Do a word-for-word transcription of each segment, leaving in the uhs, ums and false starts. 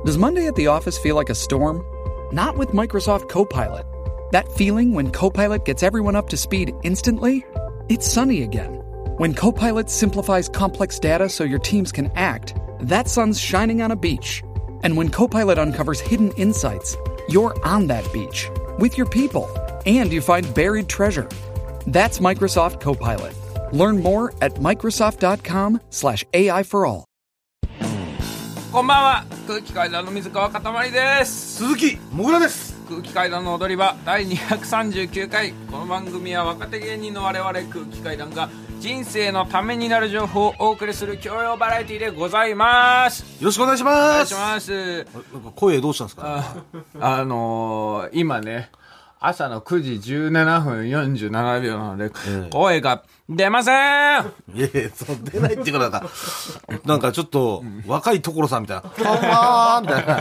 Does Monday at the office feel like a storm? Not with Microsoft Copilot. That feeling when Copilot gets everyone up to speed instantly? It's sunny again. When Copilot simplifies complex data so your teams can act, that sun's shining on a beach. And when Copilot uncovers hidden insights, you're on that beach with your people, and you find buried treasure. That's Microsoft Copilot. Learn more at Microsoft.com slash AI for all. こんばんは、空気階段の水川かたまりです。 鈴木もぐらです。 空気階段の踊り場だいにひゃくさんじゅうきゅうかい。この番組は若手芸人の我々空気階段が人生のためになる情報をお送りする教養バラエティでございます。 よろしくお願いします。 お願いします。 なんか声どうしたんですか？ あ、あのー、今ね、朝のくじじゅうななふんよんじゅうななびょうなので、えー、声が出ません。 いやいや、そう出ないっていうことだった。なんかちょっと、うん、若い所さんみたいな。こんばんみたいな。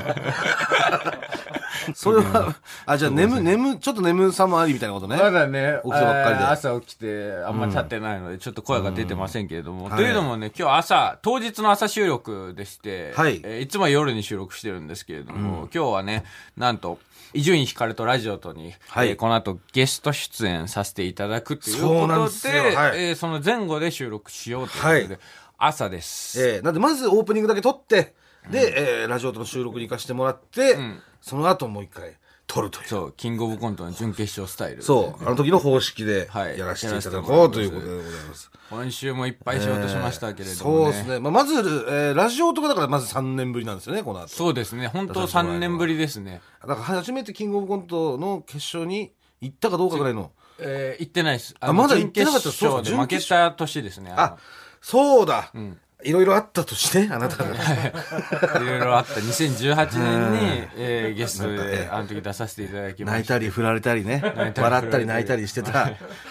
それは、あ、じゃあ眠、眠、ちょっと眠さもありみたいなことね。 まだね、 起きたばっかりで。 朝起きて、あんま経ってないので、ちょっと声が出てませんけれども。うん、というのもね、今日朝、当日の朝収録でして、はい。えー、いつも夜に収録してるんですけれども、うん、今日はね、なんと、伊集院光とラジオとに、はい、えー、この後ゲスト出演させていただくということで、そうなんですよ、はい、えー、その前後で収録しようということで、はい、朝です。 えー、なんでまずオープニングだけ撮って、で、うん、えー、ラジオとの収録に行かせてもらって、うん、その後もう一回撮るという。 そう、キングオブコントの準決勝スタイル。 そう、あの時の方式でやらせていただこうということでございます。 今週もいっぱい仕事しましたけれども、ね、そうですね。まあ、まず、えー、ラジオとかだからまずさんねんぶりなんですよね、この後。 そうですね。本当さんねんぶりですね。 だから初めてキングオブコントの決勝に行ったかどうかぐらいの。 えー、行ってないです。 あ、まだ行ってなかった。 そうで負けた年ですね。 あ、そうだ。うん。いろいろあったとしてあなたがいろいろあったにせんじゅうはちねんに、えー、ゲストであの時出させていただきました。 泣いたり振られたりね、笑ったり泣いたりしてた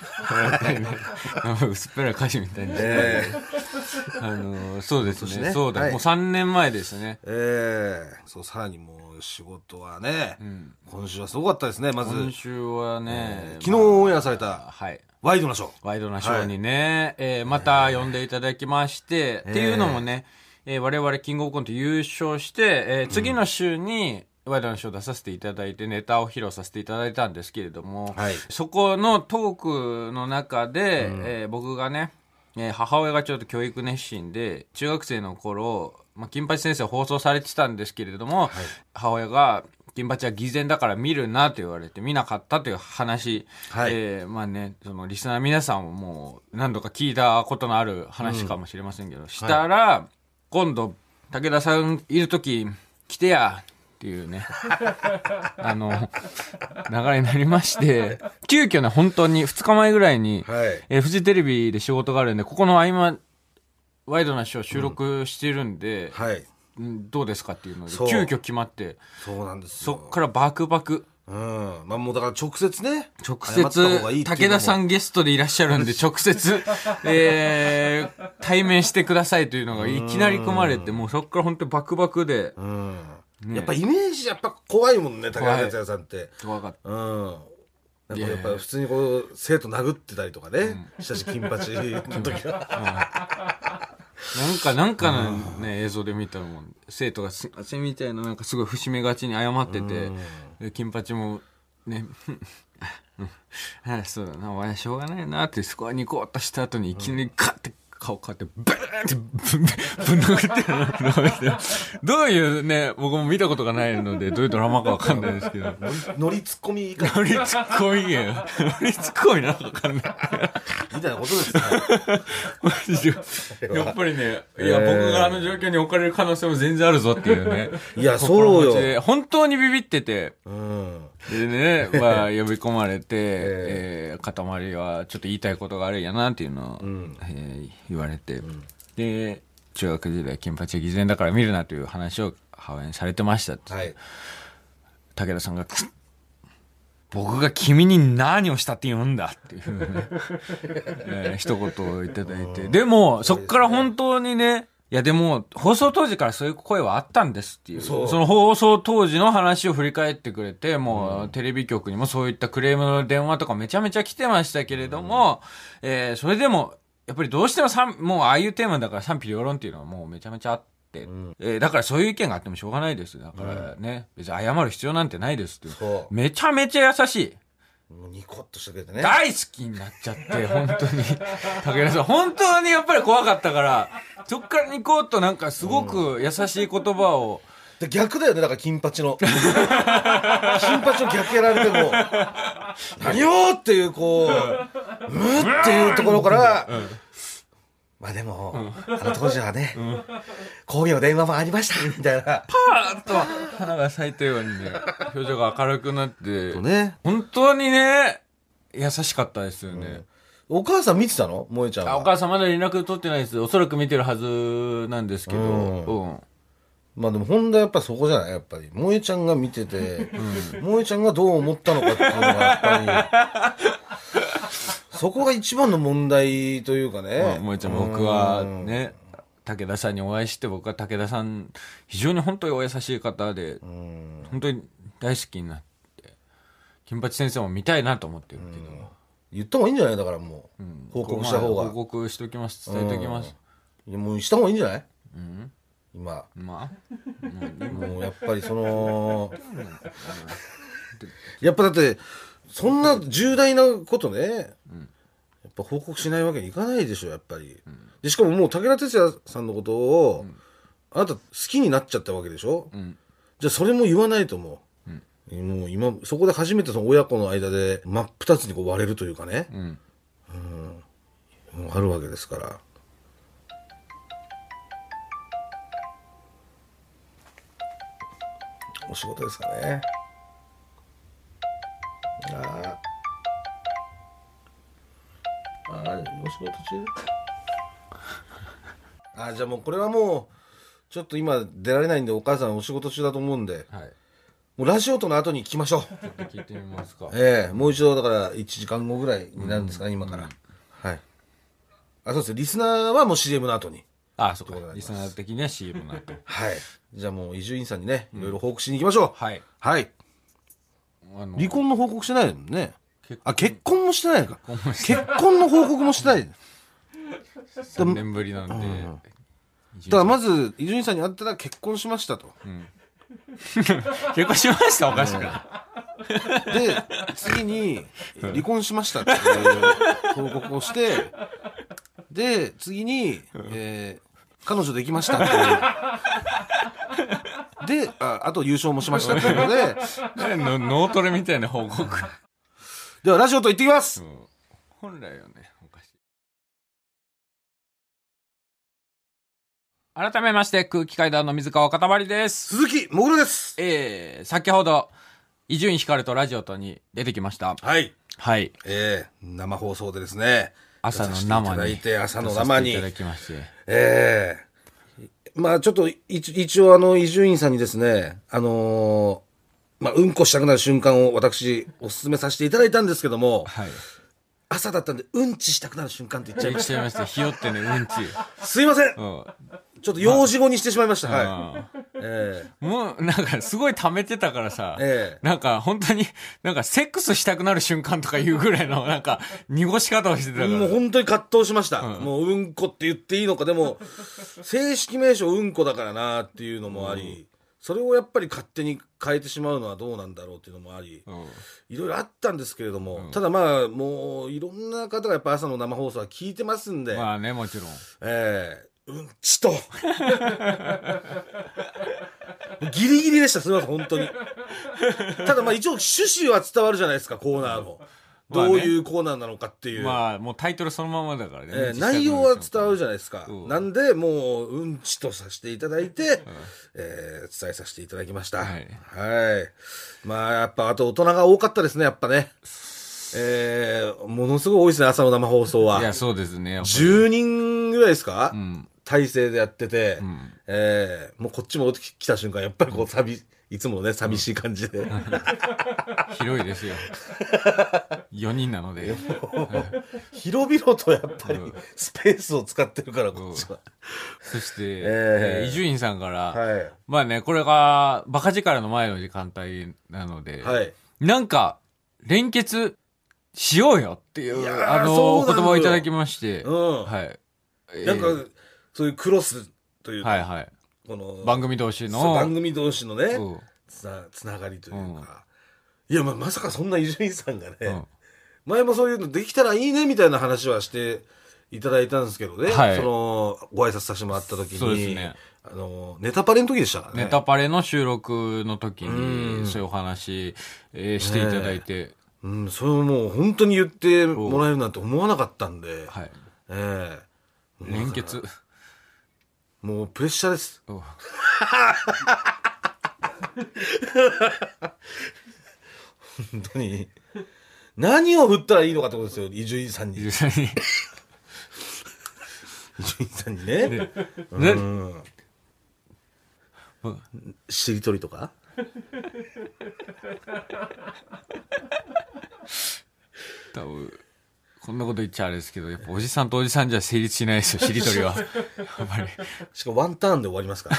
薄っぺらい歌詞みたいにして、えー、あのー、そうですね、そうだ、はい、もうさんねんまえですね。 えー、そう、さらにもう仕事はね、うん、今週はすごかったですね。まず今週はね、 えー、昨日オンエアされた、まあ、はい、ワイドなショー。 ワイドなショーにね、はい、えー、また呼んでいただきまして、えー、っていうのもね、えー、我々キングオブコント優勝して、えー、次の週にワイドなショー出させていただいてネタを披露させていただいたんですけれども、はい、そこのトークの中で、うん、えー、僕がね、えー、母親がちょっと教育熱心で、中学生の頃、まあ、金八先生放送されてたんですけれども、はい、母親が、金八は偽善だから見るなと言われて見なかったという話、はい、えー、まあね、そのリスナー皆さんももう何度か聞いたことのある話かもしれませんけど、うん、したら、はい、今度武田さんいるとき来てやっていうねあの流れになりまして、急遽ね本当にふつかまえぐらいに、はい、えー、フジテレビで仕事があるんで、ここの合間ワイドなショー収録してるんで、うん、はい、どうですかっていうので急遽決まって、 そうなんですよ。 そっからバクバク、 うん、まあもうだから直接ね、 直接武田さんゲストでいらっしゃるんで直接、えー、対面してくださいというのがいきなり組まれて、もうそっから本当にバクバクで、うん、 ね、やっぱイメージやっぱ怖いもんね、武田鉄矢さんって。 怖かった。 うん。なんかやっぱ普通にこう生徒殴ってたりとかね、うん、したし金八の時は。 なんか、なんかのね、映像で見たらもう、生徒がすいませんみたいな、なんかすごい節目がちに謝ってて、で金八も、ね、あ、そうだな、お前しょうがないなって、スコアに行こうとした後に、いきなりカッて顔こうやって、ブーンってぶん、ぶん殴ってる。どういうね、僕も見たことがないので、どういうドラマかわかんないですけど。 ノリツッコミノリツッコミゲー。ノリツッコミなんかわかんない。 みたいなことですね。やっぱりね、いや、僕があの状況に置かれる可能性も全然あるぞっていうね。 いや、そうよ。 本当にビビってて。うん。でね、まあ、呼び込まれて、えー、塊はちょっと言いたいことがあるんやなっていうのを、うん、えー、言われて、うん、で、中学時代、金八は偽善だから見るなという話を母親にされてましたって。はい、武田さんが、僕が君に何をしたって言うんだっていう、ねえー、一言をいただいて、でも、そっから本当にね、いやでも放送当時からそういう声はあったんですっていう、そ, その放送当時の話を振り返ってくれて、もう、うん、テレビ局にもそういったクレームの電話とかめちゃめちゃ来てましたけれども、うん、えー、それでもやっぱりどうしてもさんもうああいうテーマだから賛否両論っていうのはもうめちゃめちゃあっ 、 うん、 えー、だからそういう意見があってもしょうがないです。だからね、うん、別に謝る必要なんてないですって。 そうめちゃめちゃ優しい。 もうニコッとしてくれてね。 大好きになっちゃって、本当に。武田さん、本当にやっぱり怖かったから、そっからニコッとなんかすごく優しい言葉を、 で逆だよね、だから金八の金八の逆やられても何よっていうこうムーっていうところから、うん、まあでも、うん、あの当時はね、うん、工業電話もありましたみたいなパーッと花が咲いたようにね、表情が明るくなってと、ね、 本当にね優しかったですよね、 うん、お母さん見てたの？萌ちゃんは。 あ、お母さんまだ連絡取ってないです。おそらく見てるはずなんですけど、うんうん、 まあでも本題はやっぱりそこじゃない、やっぱり萌えちゃんが見てて、うん、萌えちゃんがどう思ったのかっていうのがやっぱりそこが一番の問題というかね、まあ、 萌えちゃん僕はね、武田さんにお会いして、僕は武田さん非常に本当にお優しい方で、本当に大好きになって、金八先生も見たいなと思ってるけど、 言った方がいいんじゃない？だからもう、うん、報告した方が、 まあ、報告しておきます、伝えておきます。 いやもうした方がいいんじゃない？ うん、 今、 まあ、 もうやっぱりそのやっぱだってそんな重大なことね、うん、やっぱ報告しないわけにいかないでしょ、やっぱり、うん、でしかももう武田鉄矢さんのことを、うん、あなた好きになっちゃったわけでしょ、うん、じゃあそれも言わないと思う、うん、もう今そこで初めてその親子の間で真っ二つにこう割れるというかね、うんうん、あるわけですから。お仕事ですかね。ああ。ああ、お仕事中。ああ、じゃあもうこれはもうちょっと今出られないんで、お母さんお仕事中だと思うんで、はい、もうラジオとの後に聞きましょう。ちょっと聞いてみますか。 ええー、もう一度だからいちじかんごぐらいになるんですかね、うん、今から、うん、はい。あ、そうです。リスナーはもう シーエム の後に。 ああ、そうか。リスナー的には シーエム の後。 はい。じゃあもう伊集院さんにね、いろいろ報告しに行きましょう。うん、はい。はい。あのー、離婚の報告してないもんね。あ、結婚もしてないか。結婚の報告もしてない。 さんねんぶりなんで。うん、 だからまず伊集院さんに会ったら結婚しましたと。うん、 結婚しましたおかしくない。 で次に離婚しましたっていう報告をして、で次に、えー、彼女できましたっていう。で あ, あと優勝もしましたっていうので脳トレみたいな報告。 ではラジオと行ってきます、うん、 本来よねおかしい。改めまして空気階段の水川かたまりです。 鈴木もぐろです。 えー、先ほど伊集院光とラジオとに出てきました。 はいはい、 えー、生放送でですね、 朝の生に朝の生にいただきまして、 えー、まあちょっと一応あの伊集院さんにですね、あのー、まあうんこしたくなる瞬間を私お勧めさせていただいたんですけども、はい、朝だったんでうんちしたくなる瞬間って言っちゃいました。 言っちゃいました。ひよってね、うんち。 すいません。うん、ちょっと幼児語にしてしまいました。まあ、はい。 えー、もうなんかすごい溜めてたからさ、えー、なんか本当になんかセックスしたくなる瞬間とかいうぐらいのなんか濁し方をしてたから、 もう本当に葛藤しました。うん、もううんこって言っていいのか、でも正式名称うんこだからなっていうのもあり。うん、それをやっぱり勝手に変えてしまうのはどうなんだろうっていうのもあり、うん、いろいろあったんですけれども、うん、ただまあもういろんな方がやっぱ朝の生放送は聞いてますんで、 まあね、もちろん、 えー、うんちとギリギリでした。すみません本当に。ただまあ一応趣旨は伝わるじゃないですか、コーナーの。どういうコーナーなのかっていう、 まあもうタイトルそのままだからね、 えー、内容は伝わるじゃないですか、うん、なんでもううんちとさせていただいて、うん、えー、伝えさせていただきました。はい、はい、まあやっぱあと大人が多かったですね、やっぱね、えー、ものすごい多いですね、朝の生放送は。 いやそうですね、 じゅうにんぐらいですか、うん、体制でやってて、うん、えー、もうこっちも来た瞬間やっぱりこうサビ、いつもね寂しい感じで、うん、 広いですよよにんなので広々とやっぱりスペースを使ってるから、こっちは。 そして伊集院さんから、はい、まあねこれがバカ力の前の時間帯なので、はい、なんか連結しようよっていうあのお言葉をいただきまして、うん、はい、 なんかそういうクロスというか、 はいはい、 この番組同士のそう番組同士のね、 うんつなつながりというか、いや、まあ、まさかそんな伊集院さんがね、 うん前もそういうのできたらいいねみたいな話はしていただいたんですけどね、 はいそのご挨拶させてもらった時に、 そうですね、 あのネタパレの時でしたからね。 ネタパレの収録の時うんにそういうお話、えーしていただいて、 うん、それをもう本当に言ってもらえるなんて思わなかったんで、 はい、 ええ連結もうプレッシャーです。 お本当に何を振ったらいいのかってことですよ、伊集院さんに。伊ね集院さんにね。うんしりとりとか多分こんなこと言っちゃあれですけど、やっぱおじさんとおじさんじゃ成立しないですよ、しりとりは。やっぱりしかもワンターンで終わりますから、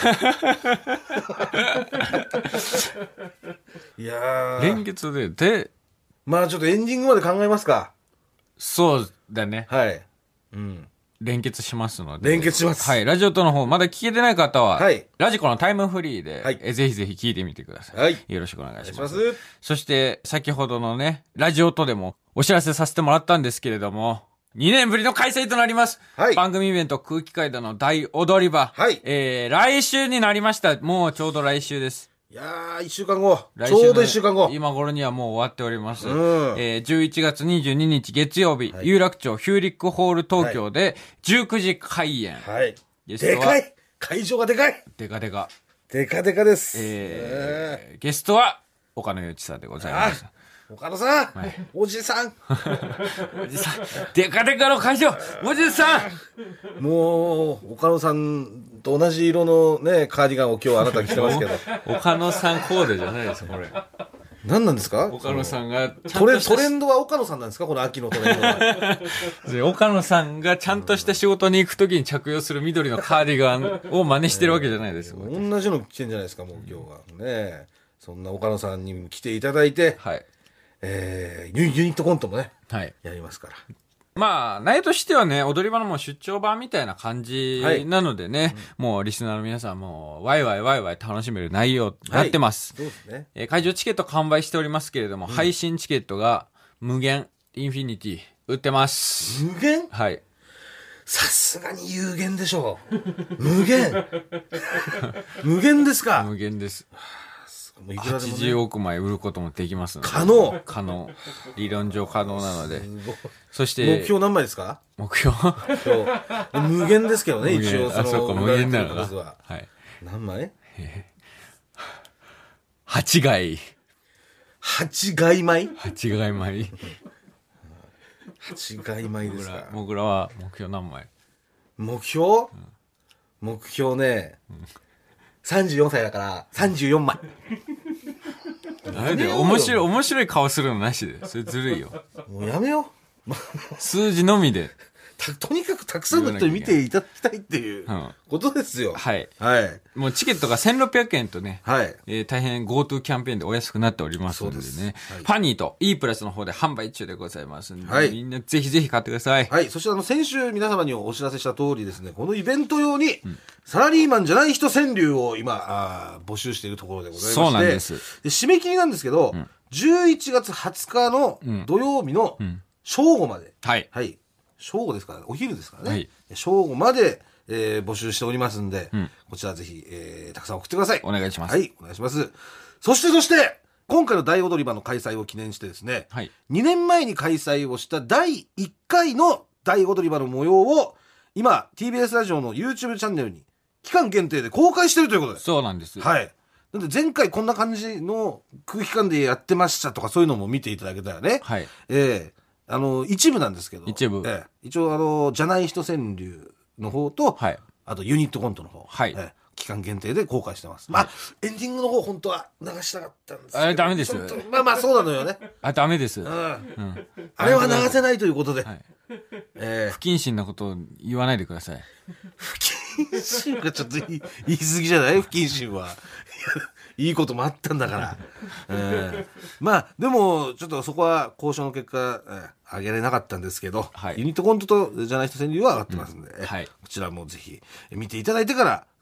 いやー連結ででまあちょっとエンディングまで考えますか。 そうだね、 はい、うん、 連結しますので。 連結します。 はい。ラジオとの方、まだ聞けてない方は、 はい、 ラジコのタイムフリーで、 はい、 えぜひぜひ聞いてみてください。 はい。 よろしくお願いします。 お願いします。 そして、先ほどのね、ラジオとでもお知らせさせてもらったんですけれども、にねんぶりの開催となります。 はい。 番組イベント空気階段の大踊り場。 はい。 えー、来週になりました。もうちょうど来週です。 いやー、いっしゅうかんご。 来週のちょうどいっしゅうかんご。 今頃にはもう終わっております。 うん、 えー、じゅういちがつにじゅうににち月曜日、 はい、 有楽町ヒューリックホール東京でじゅうくじ開演。 はい。 ゲストはでかい会場がでかいでかでか。 でかでかです。 えーえー、ゲストは岡野由一さんでございます。 岡野さん、 はい、 おじさんおじさんでかでかの会場おじさんもう岡野さんと同じ色のねカーディガンを今日あなた着てますけど岡野さんコーデじゃないですよこれ。 何なんですか岡野さんがちゃんトレとしたトレンドは岡野さんなんですか、この秋のトレンドは。 岡野さんがちゃんとした仕事に行くときに着用する緑のカーディガンを真似してるわけじゃないですよ。 同じの着てんじゃないですか、もう今日はね。そんな岡野さんにも来ていただいて、 はい、 えー、ユニットコントもね、 はい、 やりますから。 まあ、内容としてはね、踊り場のもう出張版みたいな感じなのでね、はい、うん、もうリスナーの皆さんもワイワイワイワイ楽しめる内容になってます。 はい、そうですね。 えー、会場チケット完売しておりますけれども、うん、配信チケットが無限、インフィニティ、売ってます。 無限？ はい。 さすがに有限でしょう。無限無限ですか？ 無限です。 もういくらでもね、 はちじゅうおくまい売ることもできますので。 可能可能。理論上可能なので。そして、 目標何枚ですか？ 目標無限ですけどね、一応その。 あ、そうか、無限なのな。 はい。何枚？ はちがい。 はちがい米？ はちがい米。 はちがい米ですか？ 僕らは目標何枚？ 目標？うん、目標ね、うん、さんじゅうよんさいだからさんじゅうよんまい。 あれで面白い面白い顔するのなしで、それずるいよ。 もうやめよう。 数字のみで。 とにかくたくさんの人に見ていただきたいっていうことですよ。 うん、はい。 はい。 もうチケットがせんろっぴゃくえんとね、 はい。 えー、大変 GoTo キャンペーンでお安くなっておりますのでね、ではい、ファニーと E プラスの方で販売中でございますので、はい、みんなぜひぜひ買ってください。 はい。そしてあの、先週皆様にお知らせした通りですね、このイベント用に、うん、サラリーマンじゃない人川柳を今、あ募集しているところでございまして、 そうなんです。 で締め切りなんですけど、うん、じゅういちがつはつかの土曜日の正午まで、 うん、はい。 はい。正午ですからね、お昼ですからね、はい、正午まで、えー、募集しておりますんで、うん、こちらぜひ、えー、たくさん送ってください。 お願いします。 はい、お願いします。そしてそして今回の大踊り場の開催を記念してですね、はい、にねんまえに開催をしただいいっかいの大踊り場の模様を今 ティービーエス ラジオの YouTube チャンネルに期間限定で公開しているということです。 そうなんです。 はい。なんで前回こんな感じの空気感でやってましたとかそういうのも見ていただけたらね。 はい。 えーあの一部なんですけど、 一部、 ええ、一応あのじゃない人川柳の方と、 はい、 あとユニットコントの方、 はい、 ええ、期間限定で公開してます。はい、まあエンディングの方本当は流したかったんですけど、 あれダメですよ。 まあまあそうなのよね。 あダメです。うん、 うん、あれは流せないということで、はい、 えー、不謹慎なことを言わないでください。 不謹慎がちょっと言い言い過ぎじゃない？不謹慎は。いいこともあったんだから、えー、まあでもちょっとそこは交渉の結果、えー、上げられなかったんですけど、はい、ユニットコントとじゃない人川柳は上がってますんで、うん、はい、こちらもぜひ見ていただいてから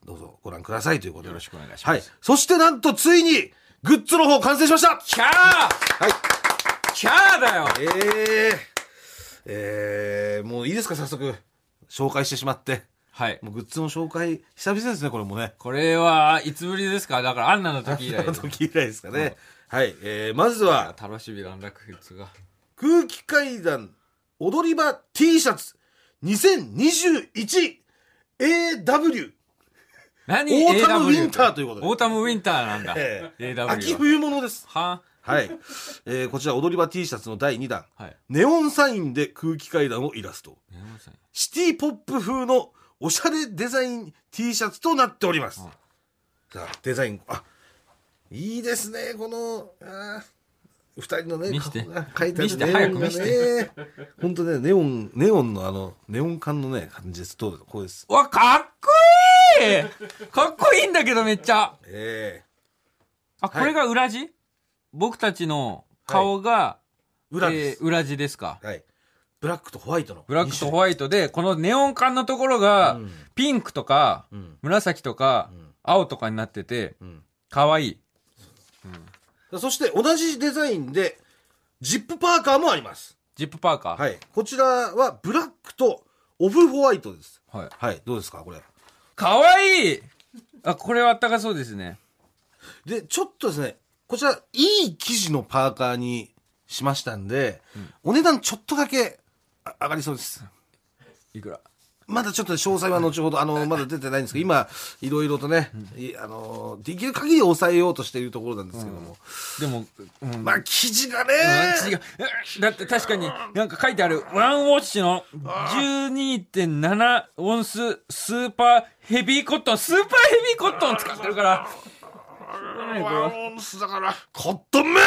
どうぞご覧くださいということでよろしくお願いします。 はい。そしてなんとついにグッズの方完成しました。 キャーはい。 キャーだよ。 えー、えー、もういいですか、早速紹介してしまって。 はい。 もうグッズの紹介久々ですね、これもね。 これはいつぶりですか？だからアンナの時以来。 アンナの時以来ですかね。はい。えー、まずは楽しみなんだグッズが。 空気階段踊り場 T シャツにせんにじゅういち エーダブリュー。 何？ オータムウィンターということで。 オータムウィンターなんだ。 えー、 エーダブリュー。 秋冬物です。 ははい。えー、こちら踊り場 T シャツのだいにだん。 はい。 ネオンサインで空気階段をイラスト。 ネオンサイン。 シティポップ風のおしゃれデザイン T シャツとなっております。 あさあ、デザイン、あ、いいですね、この、あ二人のね、 見して顔が書いてある見して早く見して本当ね、ネオン、ネオンのあの、ネオン管のね、感じです。どうですこうです。 うわ、かっこいいかっこいいんだけどめっちゃ。 ええあ、これが裏地、僕たちの顔が、 裏です、 えー裏地ですか。 はい。ブラックとホワイトの。 ブラックとホワイトで、このネオン管のところがうん、 ピンクとか、 うん紫とか、 ん青とかになってて、 うんかわいい。 そして同じデザインで、ジップパーカーもあります。 ジップパーカー。 はい。こちらはブラックとオフホワイトです。 はい。 はい。どうですかこれ。 かわいいあ、これはあったかそうですね。 で、ちょっとですね、こちら、いい生地のパーカーにしましたんで、お値段ちょっとだけあ上がりそうです。 いくら？ まだちょっと詳細は後ほど、あの、まだ出てないんですけど、今、いろいろとね、いあの、できる限り抑えようとしているところなんですけども。 でも、うんまあ、生地がね、 うん違ううんだって確かになんか書いてあるワンウォッシュの じゅうにてんなな オンススーパーヘビーコットンスーパーヘビーコットン使ってるからワンオンスだから、コットンめ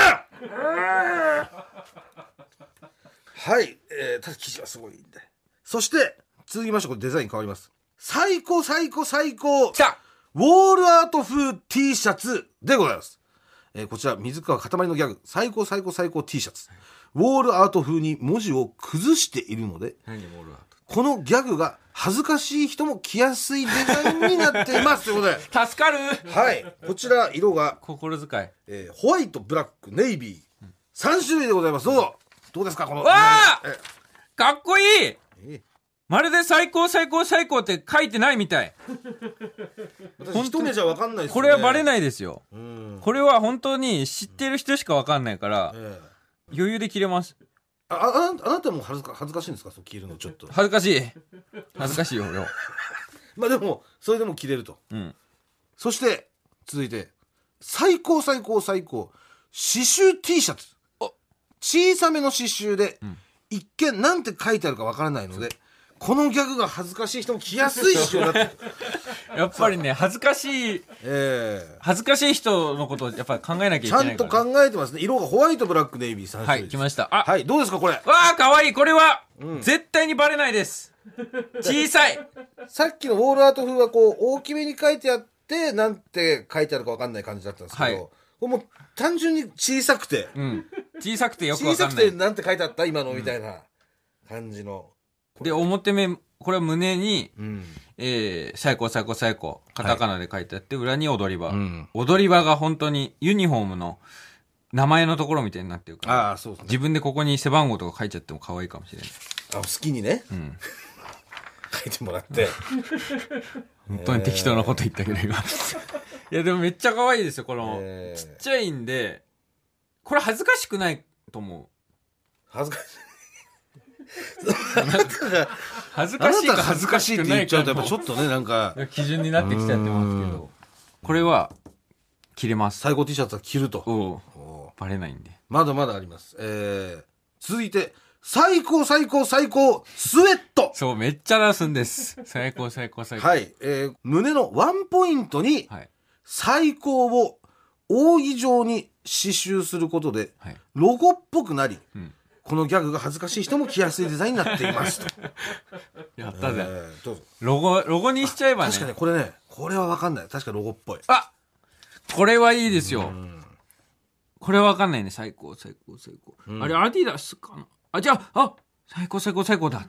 はい、えー、ただ生地はすごいんで。そして、続きまして、これデザイン変わります。最高最高最高来たウォールアート風 T シャツでございます。えーこちら、水川かたまりのギャグ、最高最高最高 T シャツ。ウォールアート風に文字を崩しているので、 何モールアーこのギャグが恥ずかしい人も着やすいデザインになっています。ということで、 ト助かるはい。こちら、色が、 心遣いえーホワイト、ブラック、ネイビー、さん種類でございます。どうぞ。どうですかこの。 わあえかっこいいえまるで最高最高最高って書いてないみたい。 私一目じゃ分かんないですね。 これはバレい。 ないですよ。 うん。 これは本当に知ってる人しかわかんないからええ余裕で着れます。 あああなたも恥ずか恥ずかしいんですかそう着るのちょっと。 恥ずかしい恥ずかしいよ俺は。 まあでもそれでも着れると。 うん。 そして続いて最高最高最高刺繍 T シャツ。小さめの刺繍で、 ん一見なんて書いてあるかわからないので、このギャグが恥ずかしい人も着やすい刺繍になってる。 やっぱりね恥ずかしいええ恥ずかしい人のことをやっぱり考えなきゃいけちゃんないから。 と考えてますね。色がホワイト、ブラック、ネイビーさん種はい類です。 来ました。あ、 はい、どうですかこれ。 わあかわいいこれは、 うん絶対にバレないです。小さいさっきのウォールアート風はこう大きめに書いてあってなんて書いてあるかわかんない感じだったんですけど、 はいこれもう単純に小さくて、 うん小さくてよく小わかんないさくてなんて書いてあった今のみたいな感じの、 で表目これは胸に、 うんえー、最高最高最高カタカナで書いてあって、裏に踊り場、 うん踊り場が本当にユニフォームの名前のところみたいになってるからああそうですね自分でここに背番号とか書いちゃっても可愛いかもしれない。 あ好きにね、 ん書いてもらって本当に適当なこと言ったけど今いやでもめっちゃ可愛いですよこの、 えーちっちゃいんでこれ恥ずかしくないと思恥ずかしいう恥ずあなたがかしいか恥ずかしいって言っちゃうとやっぱちょっとねなんか基準になってきちゃってますけどこれは着れます最高 T シャツは着るとおうおバレないんでまだまだあります、えー、続いて最高最高最高スウェット。 そうめっちゃ出すんです最高最高最高はい、えー、胸のワンポイントにはい最高を扇状に刺繍することではいロゴっぽくなり、 うんこのギャグが恥ずかしい人も着やすいデザインになっていますとやったぜ、 えーどうぞロゴロゴにしちゃえばね確かにこれねこれは分かんない確かロゴっぽいあこれはいいですようんこれは分かんないね最高最高最高、 うんあれアディダスかなあじゃああ最高最高最高だ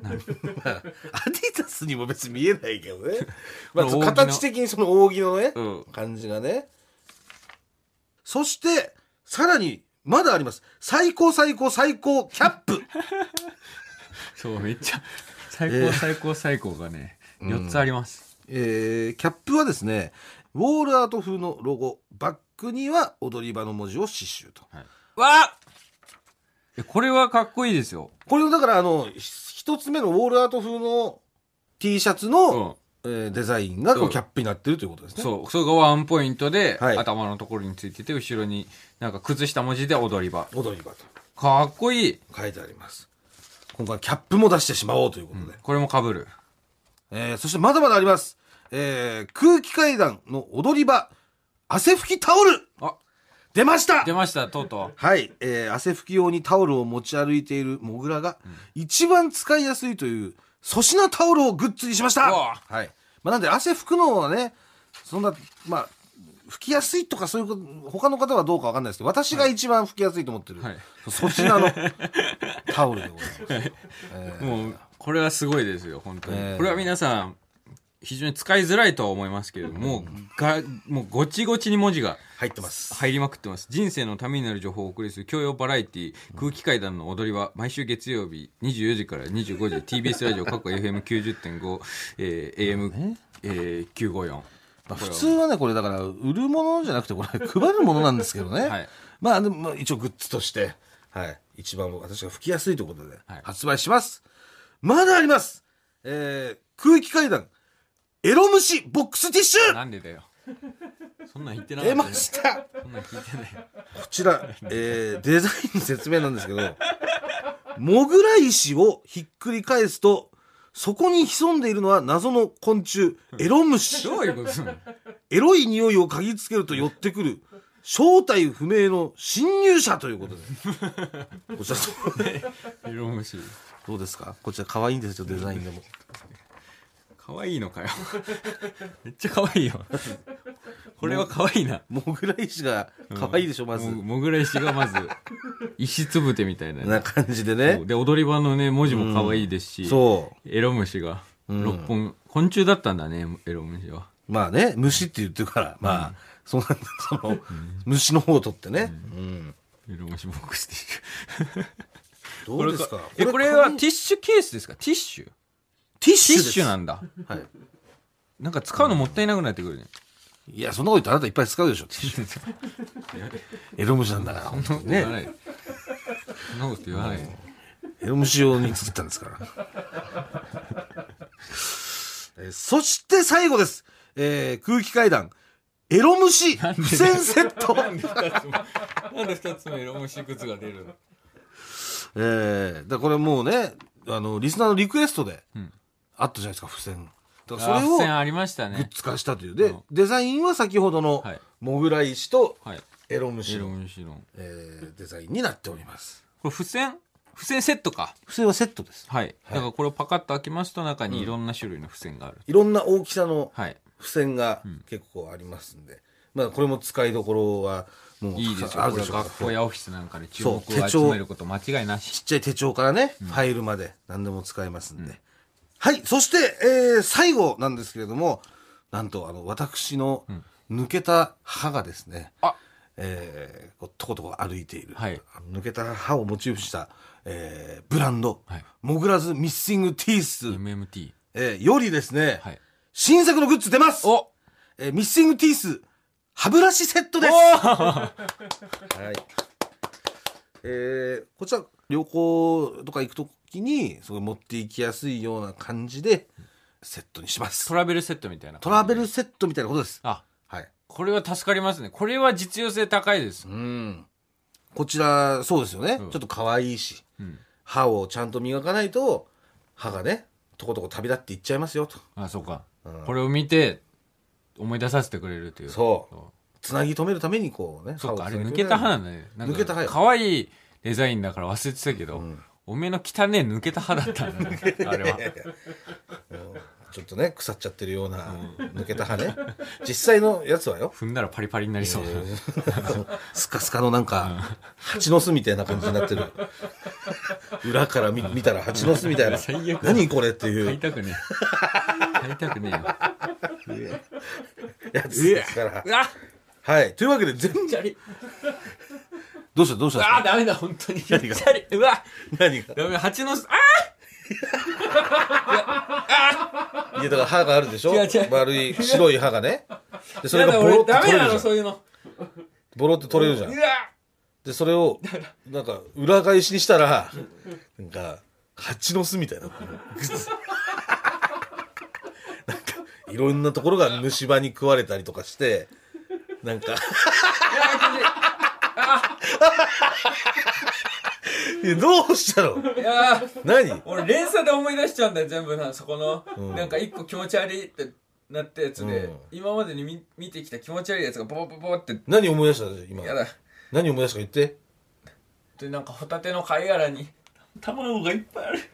まあ、アディダスにも別に見えないけどね。まあ、 これ扇の形的にその扇のね、 うん、 感じがね。そして、さらに、まだあります。最高最高最高キャップ。 そう、めっちゃ、最高最高最高がね、えー、よっつあります。 えー、キャップはですね、ウォールアート風のロゴ、バックには踊り場の文字を刺繍と。 はい、わっこれはかっこいいですよ。 これをだからあの一つ目のウォールアート風の T シャツの、うんえー、デザインがこうキャップになってるということですね。 そう、それがワンポイントで、 はい、 頭のところについてて、後ろになんか崩した文字で踊り場。 踊り場と。 かっこいい。 書いてあります。今回キャップも出してしまおうということで。うん、 これも被る。 えー、そしてまだまだあります。えー、空気階段の踊り場、汗拭きタオル。あ出ました出ましたとうとう。 はい、えー、汗拭き用にタオルを持ち歩いているモグラが、うん、一番使いやすいという粗品タオルをグッズにしました。はい。まあ、なんで汗拭くのはね、そんな、まあ、拭きやすいとかそういうこと、他の方はどうかわかんないですけど、私が一番拭きやすいと思ってる、はい、粗品のタオルでございます。はいえー、もう、これはすごいですよ、本当に。えー、これは皆さん、非常に使いづらいとは思いますけれども、もうがもうごちごちに文字が入ってます入りまくってます。人生のためになる情報をお送りする教養バラエティ空気階段の踊りは毎週月曜日にじゅうよじからにじゅうごじ ティービーエス ラジオ過去 エフエムきゅうじゅってんご、えー、エーエム、ねえー、きゅうごよん、 まあ、普通はねこれだから売るものじゃなくてこれ配るものなんですけどね、はい、まあでも一応グッズとして、はい、一番私が吹きやすいということで発売します、はい、まだあります、えー、空気階段エロ虫ボックスティッシュ。 なんでだよ。そんなん言ってなかった。 出ました。 そんなん聞いてない。 こちら、えー、デザインの説明なんですけど、モグラ石をひっくり返すと、そこに潜んでいるのは謎の昆虫、エロ虫。 どういうことするの？ エロい匂いを嗅ぎつけると寄ってくる、正体不明の侵入者ということで。こちら、 エロ虫。 どうですか？こちら可愛いんですよ、デザインでも。 可愛いのかよ。めっちゃ可愛いよ。これは可愛いな。 モグラ石が可愛いでしょ、うん、まず。 モグラ石がまず、石つぶてみたいな、ね。 な感じでね。 で、踊り場のね、文字も可愛いですし、うん、そう。エロ虫がろっぽん、うん、昆虫だったんだね、エロ虫は。 まあね、虫って言ってるから、まあ、うん、その、その、うん、虫の方を取ってね。うん。 エロ虫ボックスティッシュ。どうですか？ え、これはティッシュケースですか？ティッシュ？ ティッシュです。 ティッシュなんだ。はい。なんか使うのもったいなくなってくるね。 いや、そんなこと言ってあなたいっぱい使うでしょ。エロ虫なんだから。 そんなこと言わない。そんなこと言わない。 エロ虫用に作ったんですから。えー、そして最後です。えー、空気階段。エロ虫付箋セット。 なんでふたつも、なんでふたつもエロ虫靴が出るの？ えー、だこれもうね、あの、リスナーのリクエストで、うんあったじゃないですか、付箋。だからそれをグッズ化したという。で、うん、デザインは先ほどのモグラ石とエロ虫の、はい、えー、デザインになっております。 これ付箋付箋セットか。 付箋はセットです。 はい。はい、だからこれをパカッと開けますと中にいろんな種類の付箋がある。 うん、いろんな大きさの付箋が結構ありますんで、うん、まあこれも使いどころはもういいですよ。あるでしょう。学校やオフィスなんかで注目を集めること間違いなし。 ちっちゃい手帳からね、うん、ファイルまで何でも使えますんで。うんはい。そして、えー、最後なんですけれども、なんと、あの、私の抜けた歯がですね、うん、あえー、こうとことこ歩いている、はい、抜けた歯をモチーフした、えー、ブランド、はい、モグラズミッシングティース、 エムエムティー、 えー、よりですね、はい、新作のグッズ出ます。お、えー、ミッシングティース、歯ブラシセットです。はい。えー、こちら、旅行とか行くときにそれ持っていきやすいような感じでセットにします。 トラベルセットみたいな。 トラベルセットみたいなことです。 あ、はい。これは助かりますね。これは実用性高いです。 うん。こちらそうですよね。うん、ちょっと可愛いし、うん、歯をちゃんと磨かないと歯がねとことこ旅立っていっちゃいますよと。 あ、そうか。うん、これを見て思い出させてくれるという。 そう。そうつなぎ止めるためにこうね。 そうか。あれ抜けた歯なんだね。なんか抜けた歯。可愛いデザインだから忘れてたけど。うんおめえの汚ねえ抜けた歯だったんだねあれはちょっとね腐っちゃってるような抜けた歯ね実際のやつはよ踏んだらパリパリになりそうな、えー、スカスカのなんか蜂の巣みたいな感じになってる裏から 見, 見たら蜂の巣みたいな最悪何これっていう買いたくねえ買いたくねえよやつですからうわはいというわけで全部どうしたどうしたあーダメだ本当に何がうわ何がダメ蜂の巣あーいやだから歯があるでしょ違う違う丸い白い歯がねでそれやだがボロって俺ダメな取れるじゃんのそういうのボロって取れるじゃんうわでそれをなんか裏返しにしたらなんか蜂の巣みたいななんかいろんなところが虫歯に食われたりとかしてなんかいやどうしたのいや何俺連鎖で思い出しちゃうんだよ全部なそこの、 うん、 なんか一個気持ち悪いってなったやつで、 うん、 今までに 見, 見てきた気持ち悪いやつがボボボボって何思い出した今やだ何思い出したか言ってでなんかホタテの貝殻に卵がいっぱいある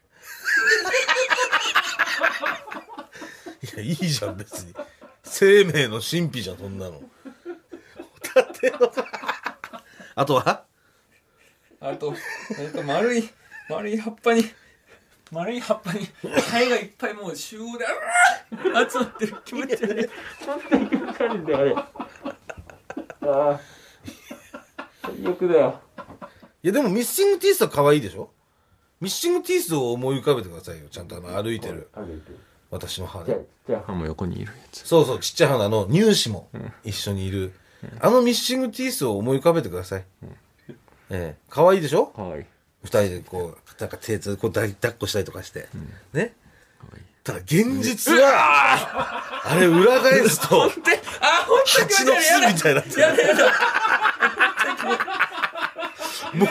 いやいいじゃん別に生命の神秘じゃんそんなのホタテのあとはあとなんか丸い丸い葉っぱに丸い葉っぱに貝がいっぱいもう集合で集まってる気持ち悪い本当に気持ち悪いんだよあれああ最悪だよいやでもミッシングティースは可愛いでしょミッシングティースを思い浮かべてくださいよちゃんとあの歩いてる歩いてる私の歯じゃねじゃあ歯も横にいるやつそうそうちっちゃい歯のあの乳歯も一緒にいる、うん、あのミッシングティースを思い浮かべてください、うんええ、可愛いでしょ可愛い二人でこうなんか手つこう抱っこしたりとかして、うん、ねただ現実はあれ裏返すと蜂の巣みたいになってるも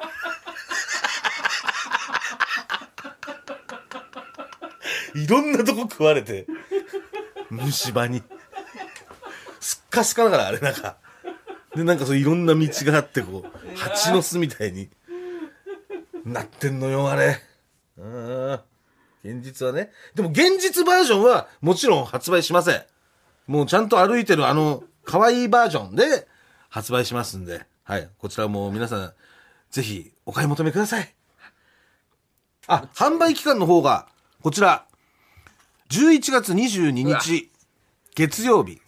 ういろんなとこ食われて虫歯にすっかすかだからあれなんかでなんかそういろんな道があってこう蜂の巣みたいになってんのよあれうん現実はねでも現実バージョンはもちろん発売しませんもうちゃんと歩いてるあの可愛いバージョンで発売しますんではいこちらも皆さんぜひお買い求めくださいあ販売期間の方がこちらじゅういちがつにじゅうににち月曜日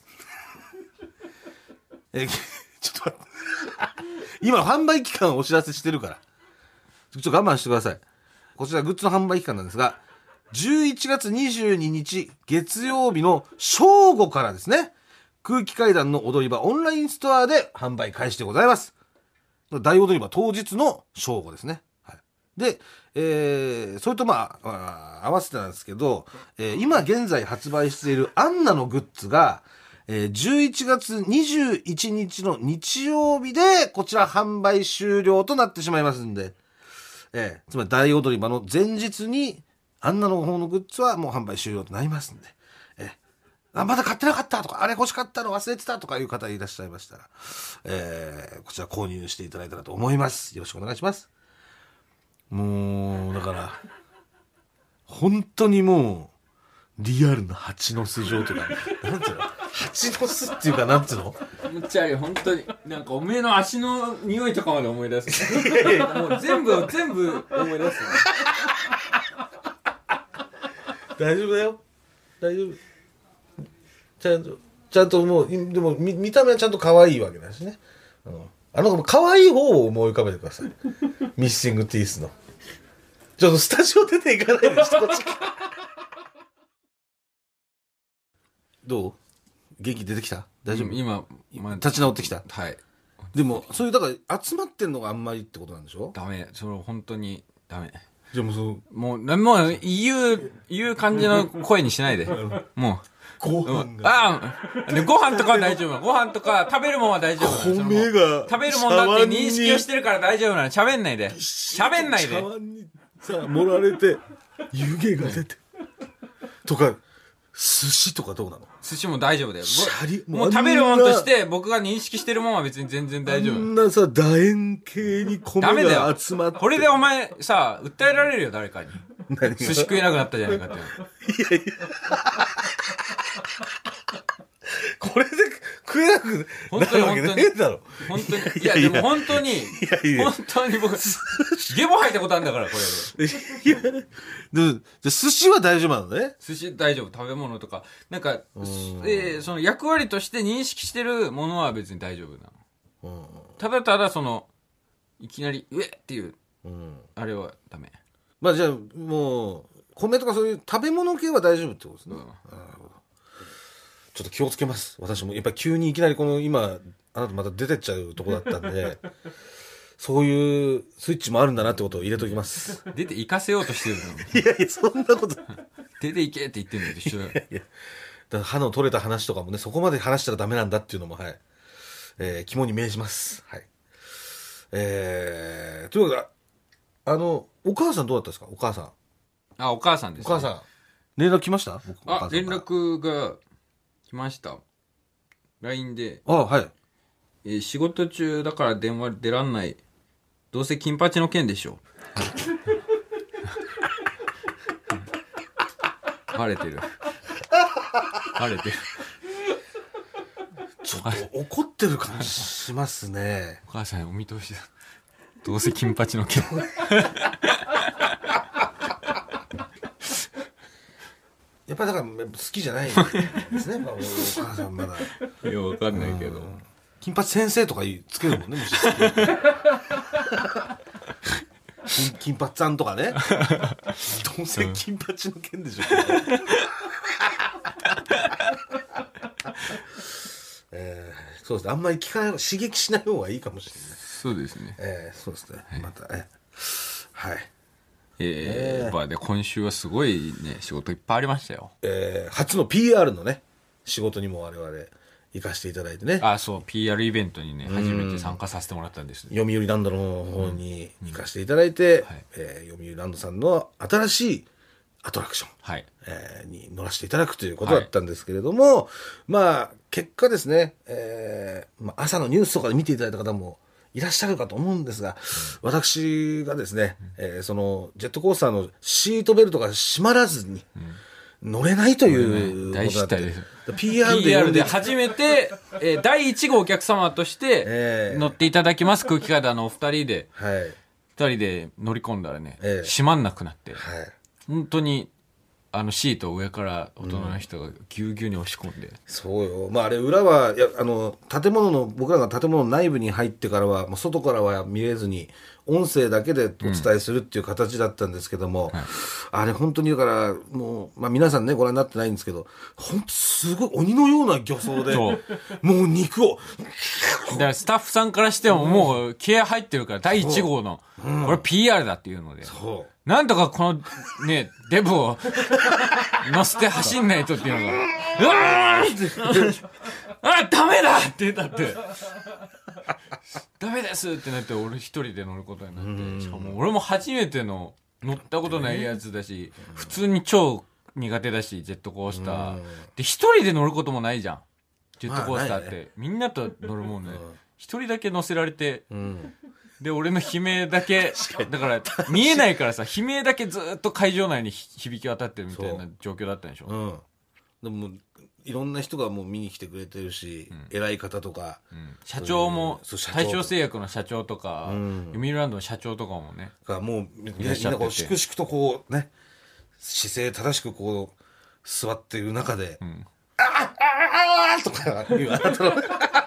えちょっと待って今販売期間をお知らせしてるからちょっと我慢してくださいこちらグッズの販売期間なんですがじゅういちがつにじゅうににち月曜日の正午からですね空気階段の踊り場オンラインストアで販売開始でございます大踊り場当日の正午ですね、はい、で、えー、それとまあ合わせてなんですけど、えー、今現在発売しているアンナのグッズがえー、じゅういちがつにじゅういちにちの日曜日でこちら販売終了となってしまいますんで、えー、つまり大踊り場の前日にアンナの方のグッズはもう販売終了となりますんで、えー、あまだ買ってなかったとかあれ欲しかったの忘れてたとかいう方いらっしゃいましたら、えー、こちら購入していただいたらと思いますよろしくお願いしますもうだから本当にもうリアルな蜂の巣状とかなんていうの蜂の巣っていうかなんていうのむっちゃい本当になんかおめえの足の匂いとかまで思い出すもう全部全部思い出す大丈夫だよ大丈夫ちゃんとちゃんともうでも 見, 見た目はちゃんと可愛いわけだしね、うん、あの可愛い方を思い浮かべてくださいミッシングティースのちょっとスタジオ出ていかないでこっちどう元気出てきた大丈夫今、まあ、 立ち直ってきたはいでもそういうだから集まってんのがあんまりってことなんでしょダメそれ本当にダメじゃあもうそうもうもう言う言う感じの声にしないでもうご飯がああご飯とかは大丈夫ご飯とか食べるもんは大丈夫米が食べるもんだって認識をしてるから大丈夫なの喋んないで喋んないで茶碗にさ盛られて湯気が出てとか寿司とかどうなの寿司も大丈夫だよシャリもう食べるもんとして僕が認識してるもんは別に全然大丈夫あんなさ楕円形に米が集まってこれでお前さ訴えられるよ誰かに何が寿司食えなくなったじゃないかってこれで食えなくなるわけねえだろ。 本当にいやでも本当にいやいや本当に僕ゲボ吐いたことあるんだからこれでいやでも寿司は大丈夫なのね。 寿司大丈夫、食べ物とかなんか、えー、その役割として認識してるものは別に大丈夫なの。 うんただただそのいきなりうえっていう、 うん、 あれはダメ。 まあじゃあもう米とかそういう食べ物系は大丈夫ってことですね、うん、なるほど。ちょっと気をつけます。私もやっぱり急にいきなりこの今あなたまた出てっちゃうとこだったんでそういうスイッチもあるんだなってことを入れときます。 出て行かせようとしてるのいやいやそんなこと出て行けって言ってるのと一緒だよ。 いやいやだから歯の取れた話とかもねそこまで話したらダメなんだっていうのもはい、えー、肝に銘じます。はい。えー、というわけであのお母さんどうだったですか。お母さん。 あお母さんです、ね、 お母さん連絡来ました。 あ連絡が来ました。 ライン であはい、 えー、仕事中だから電話出らんない、どうせ金八の件でしょ晴れてる晴れてるちょっと怒ってる感じしますね。 お母さんお見通しだ、どうせ金八の件やっぱりだから好きじゃないですね。まあ、お母さんまだ。 いやわかんないけど。 金八先生とかつけるもんね。もし金, 金八さんとかね。どうせ金八の件でしょ。えー、そうですね。あんまり聞かない刺激しない方がいいかもしれない。 そうですね。 えー、そうですね。また、えー、はい。 えーえー、まあで今週はすごいね仕事いっぱいありましたよ。 えー、初の ピーアール のね仕事にも我々行かせていただいてね。 あそう ピーアール イベントにね初めて参加させてもらったんです、ね、 読売ランドの方に行かせていただいて、うんはいえー、読売ランドさんの新しいアトラクション、はいえー、に乗らせていただくということだったんですけれども、はい、まあ結果ですね、えーまあ、朝のニュースとかで見ていただいた方もいらっしゃるかと思うんですが、うん、私がですね、うんえー、そのジェットコースターのシートベルトが閉まらずに乗れないということだった、うん、大失態です。ピーアール で, ピーアールで初めて、えー、だいいち号お客様として乗っていただきます、空気階段のお二人で、はい、ふたりで乗り込んだらね、えー、閉まんなくなって、はい、本当にあのシートを上から大人の人がぎゅうぎゅうに押し込んで、うん、 そうよ。まああれ裏はいやあの建物の僕らが建物の内部に入ってからはもう外からは見れずに音声だけでお伝えするっていう形だったんですけども、うんはい、あれ本当にだからもう、まあ、皆さんねご覧になってないんですけど本当すごい鬼のような漁槽でもう肉をだからスタッフさんからしてももう気合入ってるからだいいち号の、うん、これ ピーアール だっていうのでそうなんとかこのねデブを乗せて走んないとっていうのがうわーってあダメだって言ったってダメですってなって俺一人で乗ることになってしかも俺も初めての乗ったことないやつだし普通に超苦手だしジェットコースターで一人で乗ることもないじゃんジェットコースターって、まあね、みんなと乗るもんね一人だけ乗せられて、うんで俺の悲鳴だけだから見えないからさ悲鳴だけずっと会場内に響き渡ってるみたいな状況だったんでしょ。 うん、でもいろんな人がもう見に来てくれてるし、うん、偉い方とか、 うん、社長も大正製薬の社長とか、うん、読売ランドの社長とかもねがもうみんなこう粛々とこうね姿勢正しくこう座っている中で、うん、ああああとか言うあなたの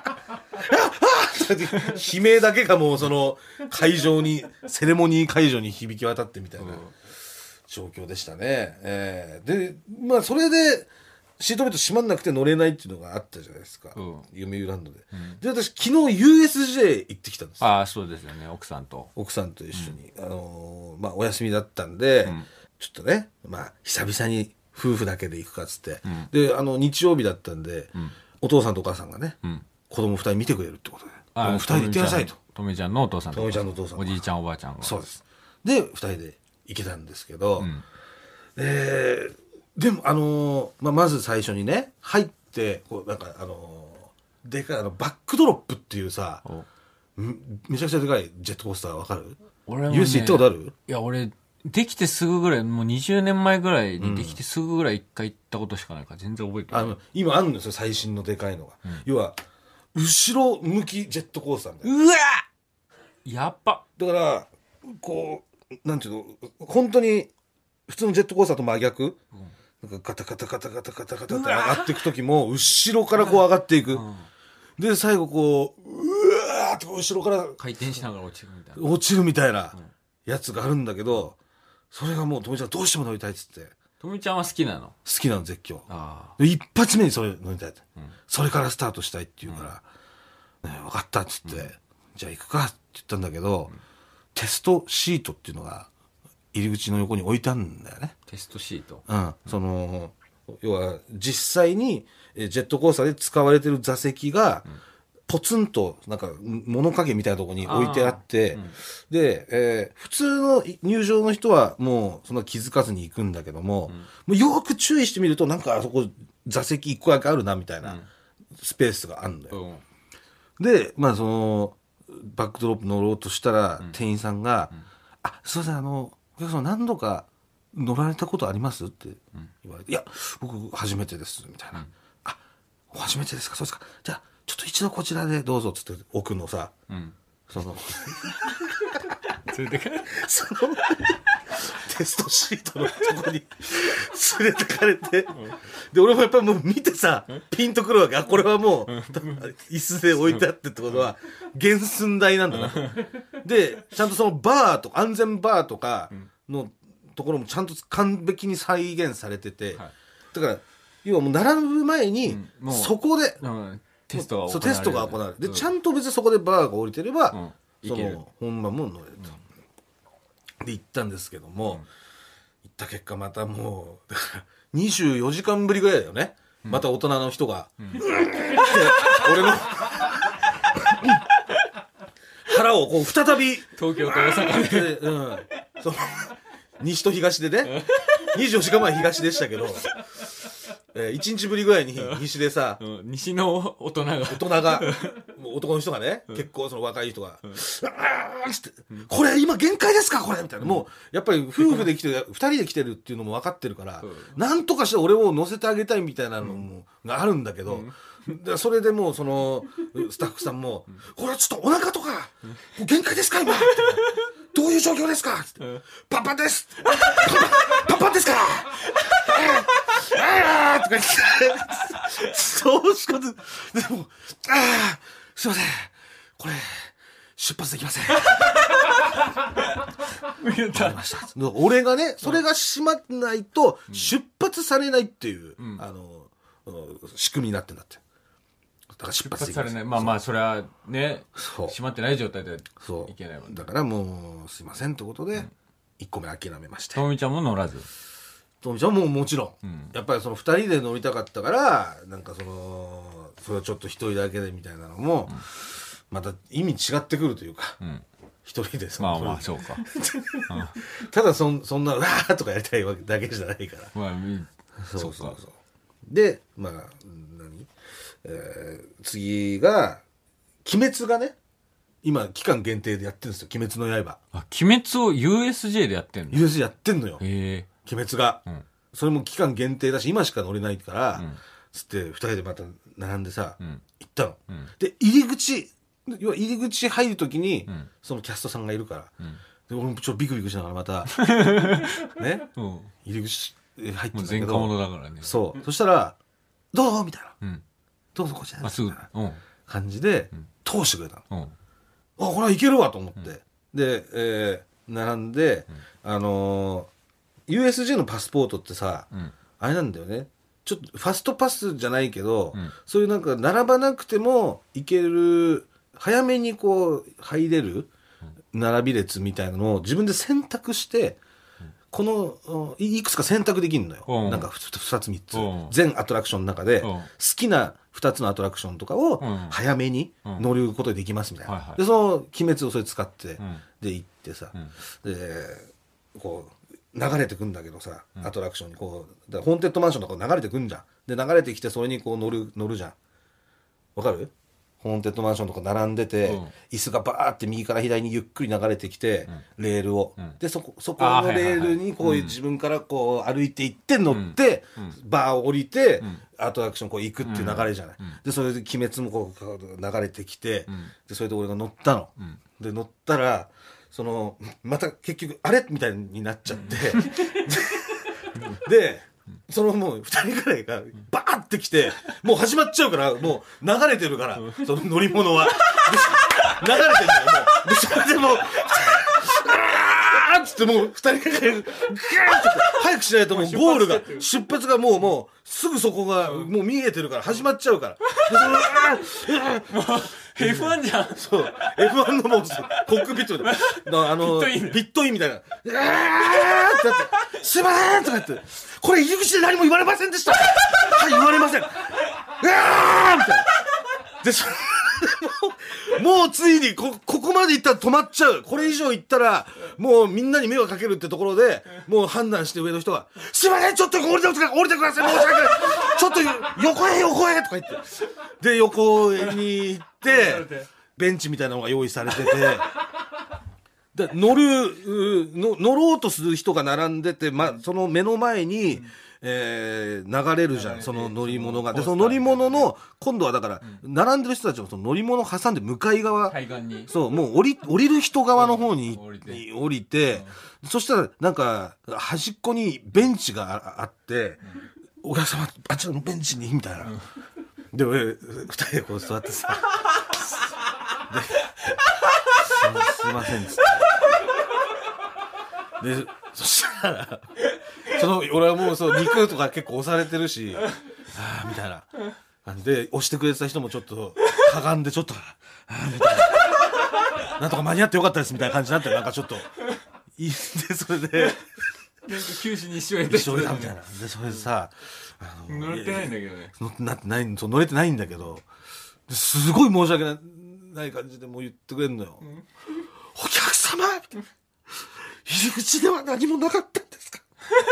悲鳴だけがもうその会場にセレモニー会場に響き渡ってみたいな状況でしたね、えー、でまあそれでシートベルト閉まんなくて乗れないっていうのがあったじゃないですか、うん、読売ランドで、うん、で私昨日 ユーエスジェー 行ってきたんですよ。 ああそうですよね奥さんと奥さんと一緒に、うん、あのー、まあお休みだったんで、うん、ちょっとねまあ久々に夫婦だけで行くかっつって、うん、であの日曜日だったんで、うん、お父さんとお母さんがね、うん、子供ふたり見てくれるってことであもうふたりで行ってくださいと。 とめちゃんのお父さんととめちゃんのお父さんおじいちゃんおばあちゃんがそうですでふたりで行けたんですけど、うん、えー、でもあのーまあ、まず最初にね入ってこうなんかあのー、でかいあのバックドロップっていうさめちゃくちゃでかいジェットコースターわかる？ 俺も、ね、 ユーエス 行ったことある？ いや俺できてすぐぐらい、もうにじゅうねんまえぐらいにできてすぐぐらい一回行ったことしかないから全然覚えてない。 あの今あるんですよ最新のでかいのが、うん、要は後ろ向きジェットコースターみたいな。 うわやっぱだからこうなんていうの本当に普通のジェットコースターと真逆、うん、なんかガタガタガタガタガタガタって上がっていく時も後ろからこう上がっていく、うん、で最後こううわーって後ろから回転しながら落ちるみたいな落ちるみたいなやつがあるんだけど、それがもうともちゃんどうしても乗りたいっつって。 ともちゃんは好きなの？ 好きなの絶叫。あ一発目にそれ乗りたいって、うん、それからスタートしたいって言うから、うんね、分かったっつって、うん、じゃあ行くかって言ったんだけど、うん、テストシートっていうのが入り口の横に置いてあるんだよね。 テストシート。 うん。その要は実際にジェットコースターで使われてる座席が、うんポツンとなんか物陰みたいなところに置いてあって、うん、で、えー、普通の入場の人はもうそんな気づかずに行くんだけども、うん、もうよく注意してみるとなんかあそこ座席一個だけあるなみたいなスペースがあるんだよ、うん、でまあそのバックドロップ乗ろうとしたら、うん、店員さんが、うん、あすいませんあのお客様何度か乗られたことありますって言われて、いや僕初めてですみたいな、あ初めてですかそうですかじゃあちょっと一度こちらでどうぞっつって奥のさ、うん、その連れてかれそのテストシートのとこに連れてかれて、うん、で俺もやっぱりもう見てさ、うん、ピンとくるわけ。あこれはもう、うん、椅子で置いてあってってことは原寸大なんだな、うん、でちゃんとそのバーとか安全バーとかのところもちゃんと完璧に再現されてて、はい、だから要はもう並ぶ前に、うん、そこで、うんテストが行われる。 そうテストが行われる。で、うん、ちゃんと別にそこでバーが降りてれば、うん、その本番も乗れると、うん、で行ったんですけども、うん、行った結果またもうだからにじゅうよじかんぶりぐらいだよね、うん、また大人の人が、うん、俺の腹をこう再び東京と大阪で、 うん、その西と東でねにじゅうよじかんまえ東でしたけどえー、いちにちぶりぐらいに西でさ、 うん、西の大人が大人がもう男の人がね、うん、結構その若い人が、うん、あーつって、うん、これ今限界ですかこれみたいな、うん、もうやっぱり夫婦で来てふたりで来てるっていうのも分かってるから、うん、なんとかして俺を乗せてあげたいみたいなのも、うん、があるんだけど、うん、でそれでもうそのスタッフさんも、うん、これはちょっとお腹とか、うん、もう限界ですか今どういう状況ですかって、うん、パパですパパ、パパですからあーとか言ってそうしかでもあーすいませんこれ出発できませんわかりました俺がねそれが閉まってないと出発されないっていう、うん、あの仕組みになってんだってだから出発できません。出発されないまあまあそれはね閉まってない状態でいけないもん、ね、だからもうすいませんってことで、うん、いっこめ諦めまして。 ともみちゃんも乗らずともちゃんももちろん、うん、やっぱりそのふたりで乗りたかったからなんかそのそれはちょっと一人だけでみたいなのも、うん、また意味違ってくるというか、うん、一人でそのまあまあそうかただそんそんなうわーとかやりたいわけだけじゃないから、まあ、そうそうそうでまあ何、えー、次が鬼滅がね今期間限定でやってるんですよ鬼滅の刃。 あ鬼滅を ユーエスジェー でやってんの？ ユーエスジェー やってんのよ。 へえ鬼滅が、うん、それも期間限定だし今しか乗れないから、うん、つってふたりでまた並んでさ、うん、行ったの、うん、で入り口要は入り口入るときに、うん、そのキャストさんがいるから、うん、で俺もちょっとビクビクしながらまたね、うん、入り口入ってたんだけど前科者だからねそうそしたらどうぞみたいな、うん、どうぞこちらですみたいな感じで、うん、通してくれたの、うん、あこれはいけるわと思って、うん、で、えー、並んで、うん、あのーユーエスジェー のパスポートってさ、うん、あれなんだよねちょっとファストパスじゃないけど、うん、そういうなんか並ばなくても行ける早めにこう入れる並び列みたいなのを自分で選択して、うん、このいくつか選択できるのよ、うん、なんかふたつみっつ、うん、全アトラクションの中で、うん、好きなふたつのアトラクションとかを早めに乗ることできますみたいな、うんはいはい、でその鬼滅をそれ使って、うん、で行ってさ、うん、でこう流れてくんだけどさ、うん、アトラクションにこうだホーンテッドマンションとか流れてくんじゃんで流れてきてそれにこう乗る乗るじゃんわかるホーンテッドマンションとか並んでて、 うん椅子がバーって右から左にゆっくり流れてきて、レールを、 んでそこそこのレールにこういう自分からこう歩いていって乗って、バーを降りて、アトラクションこう行くっていう流れじゃない、でそれで鬼滅もこう流れてきて、でそれで俺が乗ったの、で乗ったらそのまた結局あれみたいになっちゃって、でそのもうふたりぐらいがバーって来てもう始まっちゃうからもう流れてるからその乗り物は流れてるんだよもうでそれでもうあーっつってもうふたりぐらいガーッて早くしないともうゴールが出発がもうもうすぐそこがもう見えてるから始まっちゃうからでそのあーエフワン じゃん。 そう エフワン のもうコックピットであのピットインピットインみたいなうわーってなってすいませんとか言ってこれ入り口で何も言われませんでしたはい言われませんうわーみたいなでそれもうもうついにこここまで行ったら止まっちゃうこれ以上行ったらもうみんなに迷惑かけるってところでもう判断して上の人がすいませんちょっと降りてください降りてください申し訳ないちょっと横へ横へとか言ってで横に行ってベンチみたいなのが用意されててで乗るの乗ろうとする人が並んでて、ま、その目の前に、えー、流れるじゃんその乗り物がでその乗り物の今度はだから並んでる人たちもその乗り物を挟んで向かい側海岸にそうもう降り降りる人側の方に降りてに降りてそしたらなんか端っこにベンチがあって、お客様あちらのベンチにみたいな、で俺二人でこう座ってさですすいませんっつってでそしたらその俺はもうそう肉とか結構押されてるしあーみたいな感じで押してくれてた人もちょっとかがんでちょっとあーみたいななんとか間に合ってよかったですみたいな感じになってなんかちょっといいでそれでなんか九死に一生得一緒だみたいなでそれでさあの乗れてないんだけどね乗ってなってないそう乗れてないんだけどすごい申し訳ないない感じでもう言ってくれるのよ、うん、お客様みたいな入り口では何もなかったんですか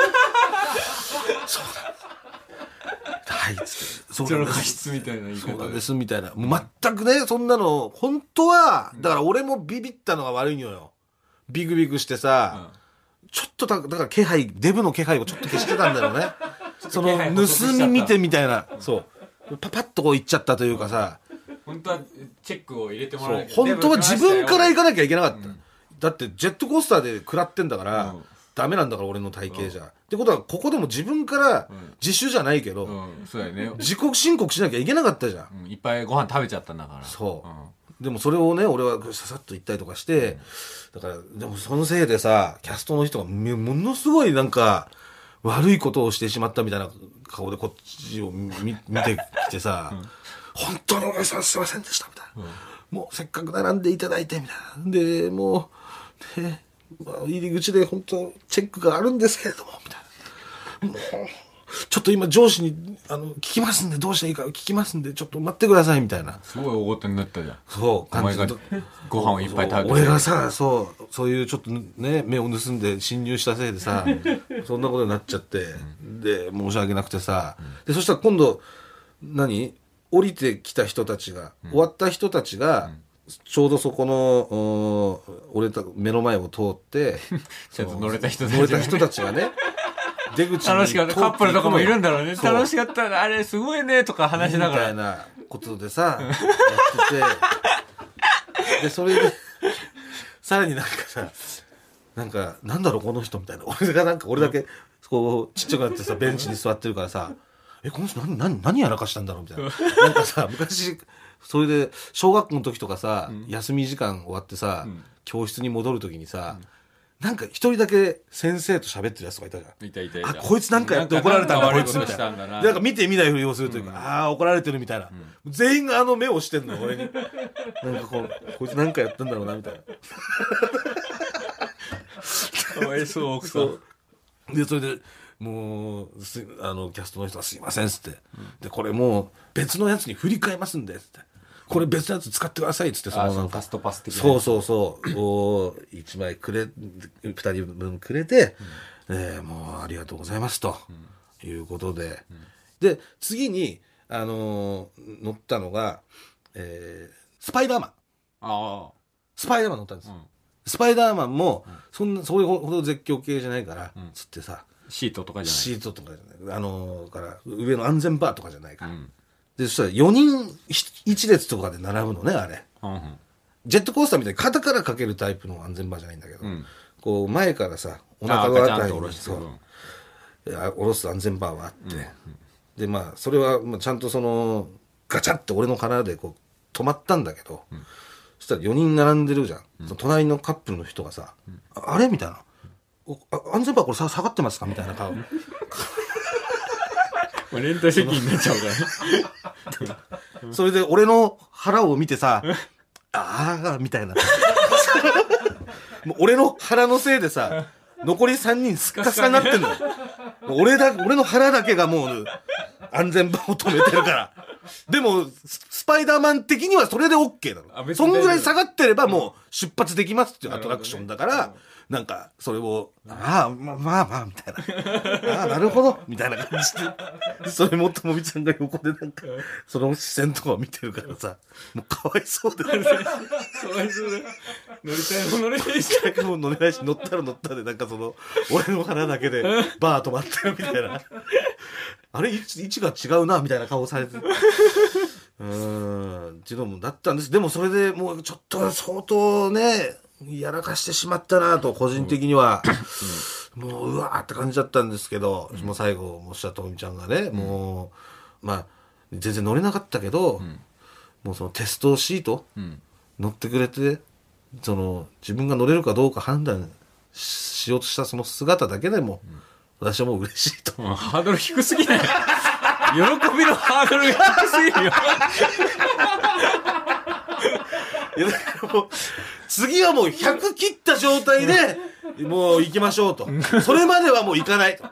そうだはいっつってそうの過失みたいな言い方そうなんですみたいなもう全くねそんなの本当はだから俺もビビったのが悪いのよビクビクしてさ、うん、ちょっとだだから気配デブの気配をちょっと消してたんだよねその盗み見てみたいなそうパパッとこう行っちゃったというかさ本当はチェックを入れてもらわなきゃ本当は自分から行かなきゃいけなかった、うん、だってジェットコースターで食らってんだから、うん、ダメなんだから俺の体型じゃ、うん、ってことはここでも自分から自首じゃないけど、 うんうん、そうだよね、自己申告しなきゃいけなかったじゃん、 うん、いっぱいご飯食べちゃったんだからそう、うん、でもそれをね俺はささっと言ったりとかして、うん、だからでもそのせいでさキャストの人がものすごいなんか悪いことをしてしまったみたいな顔でこっちを 見, 見てきてさ、うん、本当にお客さんすいませんでしたみたいな、うん、もうせっかく並んでいただいてみたいなでもう、ねまあ、入り口で本当チェックがあるんですけれどもみたいなもうちょっと今上司にあの聞きますんでどうしていいか聞きますんでちょっと待ってくださいみたいなすごい大事になったじゃんそうお前がご飯をいっぱい食べて俺がさそうそういうちょっとね目を盗んで侵入したせいでさそんなことになっちゃって、うん、で申し訳なくてさ、うん、でそしたら今度何降りてきた人たちが、うん、終わった人たちが、うん、ちょうどそこの俺た目の前を通ってちょっと乗れた人たちが、 ね、乗れた人たちがね出口に楽しかったカップルとかもいるんだろうね楽しかったあれすごいねとか話しながらみたいなことでさやっててでそれでさらになんかさなんかなんだろうこの人みたいな俺がなんか俺だけこうちっちゃくなってさベンチに座ってるからさえこの人何何何やらかしたんだろうみたいななんかさ昔それで小学校の時とかさ、うん、休み時間終わってさ、うん、教室に戻る時にさ、うんなんか一人だけ先生と喋ってるやつとかいたじゃん。 いたいたいた。 あ、こいつなんかやって怒られたんだ、こいつみたいな。 ななんか見て見ないふりをするというか、うん、ああ、怒られてるみたいな。うん、全員があの目をしてんの、俺に。なんかこう、こいつなんかやったんだろうな、みたいな。 かわいそう、奥さん。 で、それで、もう、あの、キャストの人がすいませんっつって。うん、で、これもう別のやつに振り替えますんで、つって。これ別のやつ使ってくださいっつってそのなんかファストパス的なそうそうそうをいちまいくれふたりぶんくれて、うんえー、もうありがとうございますと、うん、いうことで、うん、で次に、あのー、乗ったのがえー、スパイダーマン。 ああ。 スパイダーマン乗ったんですよ。 うん、 スパイダーマンも、そんな、それほど絶叫系じゃないから、うん、つってさ。 シートとかじゃない。 シートとかじゃない。あのー、から、上の安全バーとかじゃないから。うん、で、そしたらよにん一列とかで並ぶのね、あれ。うんうん、ジェットコースターみたいに肩からかけるタイプの安全バーじゃないんだけど、うん、こう、前からさ、お腹のあたりにそう、下ろす安全バーはあって、うんうん、で、まあ、それは、まあ、ちゃんとその、ガチャって俺の体でこう、止まったんだけど、うん、そしたらよにん並んでるじゃん。うん、その隣のカップルの人がさ、うん、あ, あれみたいな。おあ安全バーこれさ下がってますかみたいな顔。 連帯責任になっちゃうから。 それで俺の腹を見てさ、ああみたいな。もう俺の腹のせいでさ、残りさんにんスッカスカになってんの。俺だ、俺の腹だけがもう安全バーを止めてるから。でも、スパイダーマン的にはそれで OK なの。そんぐらい下がってればもう出発できますっていうアトラクションだから、なんか、それを、ああ、まあまあまあ、みたいな。ああ、なるほど、みたいな感じで。それもともみちゃんが横でなんか、その視線とかを見てるからさ、もうかわいそうで。かわいそうで。乗りたいも乗れないし。 もう乗れないし、乗ったら乗ったで、なんかその、俺の腹だけでバー止まってるみたいな。あれ、位置が違うな、みたいな顔されて。うーん、っていうのもだったんです。でもそれでもうちょっと相当ね、やらかしてしまったなと個人的には、うん、もううわーって感じだったんですけど、うん、もう最後おっしゃったとみちゃんがね、うん、もうまあ全然乗れなかったけど、うん、もうそのテストシート、うん、乗ってくれて、その自分が乗れるかどうか判断しようとしたその姿だけでも、うん、私はもう嬉しいと。 ハードル低すぎない？喜びのハードルが低すぎるよ。 いやだからもう次はもうひゃく切った状態でもう行きましょうと。それまではもう行かないと。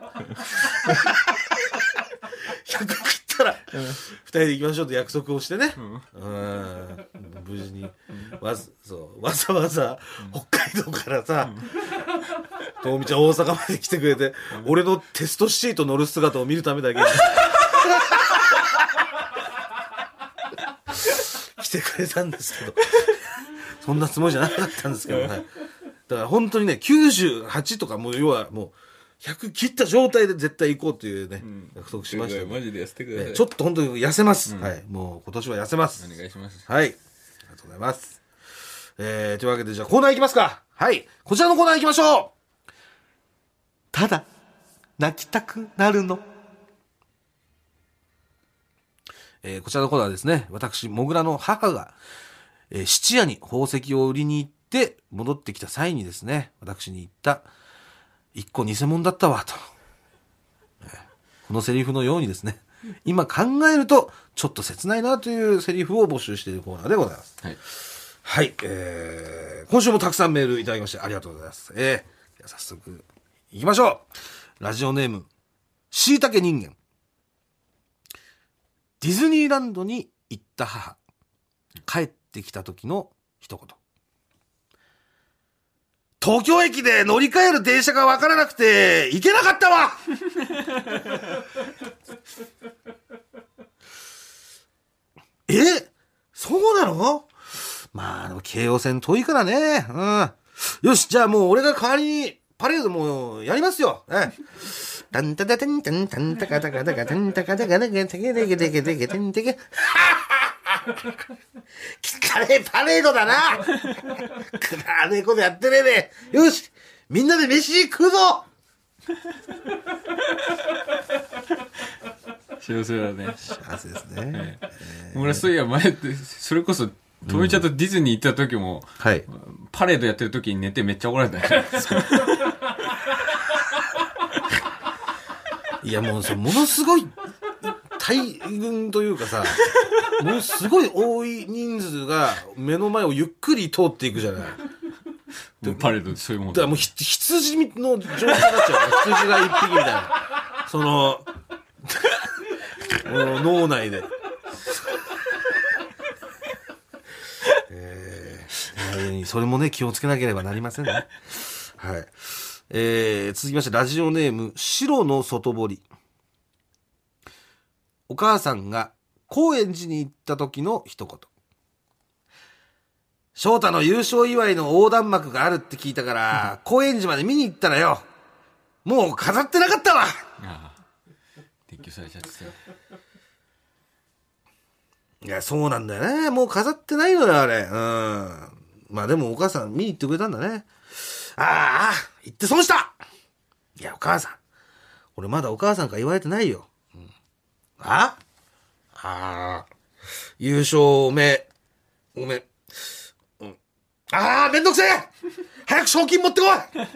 ひゃく切ったらふたりで行きましょうと約束をしてね、うん、うん無事にわざ、そうわざわざ北海道からさ、ともみちゃん大阪まで来てくれて、俺のテストシート乗る姿を見るためだけに来てくれたんですけど、そんなつもりじゃなかったんですけど、はい、だから本当にねきゅうじゅうはちとかもう要はもうひゃく切った状態で絶対行こうというね、うん、約束しました、ね、 マジで痩せてください、 ね、ちょっと本当に痩せます、うん、はい、もう今年は痩せます。 お願いします。 はい、ありがとうございます。えー、というわけでじゃあコーナー行きますか。はい、こちらのコーナー行きましょう。ただ泣きたくなるの。えー、こちらのコーナーですね、私もぐらの母が、えー、質屋に宝石を売りに行って戻ってきた際にですね、私に言った一個偽物だったわと、えー、このセリフのようにですね、今考えるとちょっと切ないなというセリフを募集しているコーナーでございます。はい、はい、えー、今週もたくさんメールいただきましてありがとうございます。えー、では早速いきましょう。ラジオネームしいたけ人間。ディズニーランドに行った母、帰ってきた時の一言。東京駅で乗り換える電車が分からなくて行けなかったわ。え、そうなの？まあでも京王線遠いからね。うん。よし、じゃあもう俺が代わりにパレードもうやりますよ。ええ。タンタタタンタンタンタカタカタカタンタカタカタカタカタカタカタカタンタカ。カレーパレードだな。くだらねえことやってねえで。よし、みんなで飯食うぞ。 幸せだね。 幸せですね。 俺そういや前ってそれこそとみちゃんとディズニー行った時も、はい、パレードやってる時に寝てめっちゃ怒られたね。 いやもうそものすごい大群というかさ、ものすごい多い人数が目の前をゆっくり通っていくじゃない。 パレードってそういうもんだからもう羊の状態になっちゃう。羊が一匹みたいな。その脳内で。えー、それもね気をつけなければなりませんね。はい。えー、続きましてラジオネーム白の外堀。お母さんが高円寺に行った時の一言。 翔太の優勝祝いの横断幕があるって聞いたから、高円寺まで見に行ったらよ。もう飾ってなかったわ。 ああ、撤去されちゃってたよ。 いや、そうなんだよね。もう飾ってないのよ、あれ。うん。まあでもお母さん見に行ってくれたんだね。ああ、行って損した。いや、お母さん。俺まだお母さんから言われてないよ。うん、あああ、優勝おめ、ごめん。うん、ああ、めんどくせえ早く賞金持ってこい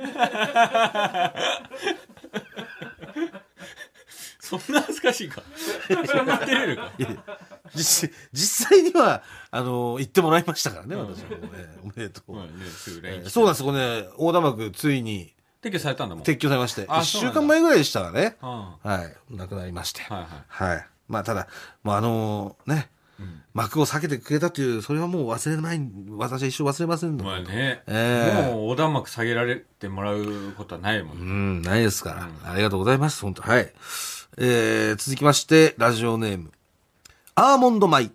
そんな恥ずかしいかそんな照れるか。 実, 実際にはあの言ってもらいましたからね、私も、ね、おめでとう、まあね、すぐ連絡、そうなんです。これね、横断幕ついに撤去されたんだもん。 撤去されまして、いっしゅうかんまえぐらいでしたからね、 うん、 はい、亡くなりまして、 はいはい、 はい、まあただもうあのー、ね、うん、幕を避けてくれたという、それはもう忘れない、私は一生忘れませんので、 まあね、 えー、 もう横断幕下げられてもらうことはないもんね。 うん、ないですから、うん、ありがとうございます、本当。はい、えー、続きましてラジオネームアーモンドマイ。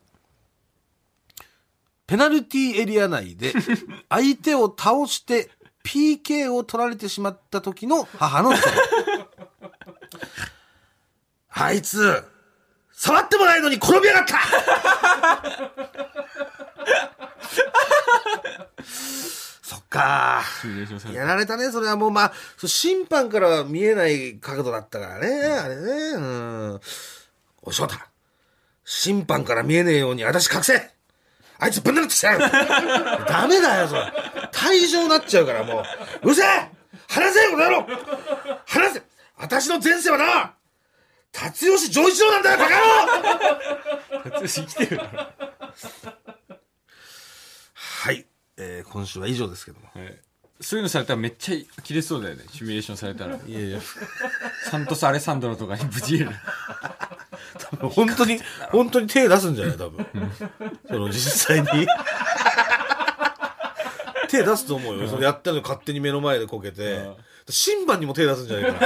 ペナルティーエリア内で相手を倒して ピーケー を取られてしまった時の母の声。あいつ触ってもないのに転びやがったそっかー、やられたね。それはもう、まあ審判からは見えない角度だったからね、あれね。うん、おい翔太、審判から見えねえように私隠せ。あいつぶん殴ってきたよダメだよそれ、退場になっちゃうから。もううるせえ、話せよこの野郎、話せ。私の前世はな辰吉丈一郎なんだよバカ野郎辰吉生きてるはい、えー、今週は以上ですけども、はい、 そういうのされたらめっちゃ切れそうだよね、シミュレーションされたら。いやいやサントス・アレサンドロとかにブチ切れる本当に本当に手出すんじゃない多分、うん、その実際に手出すと思うよ、うん、それやったの勝手に目の前でこけて、うん、審判にも手出すんじゃないかな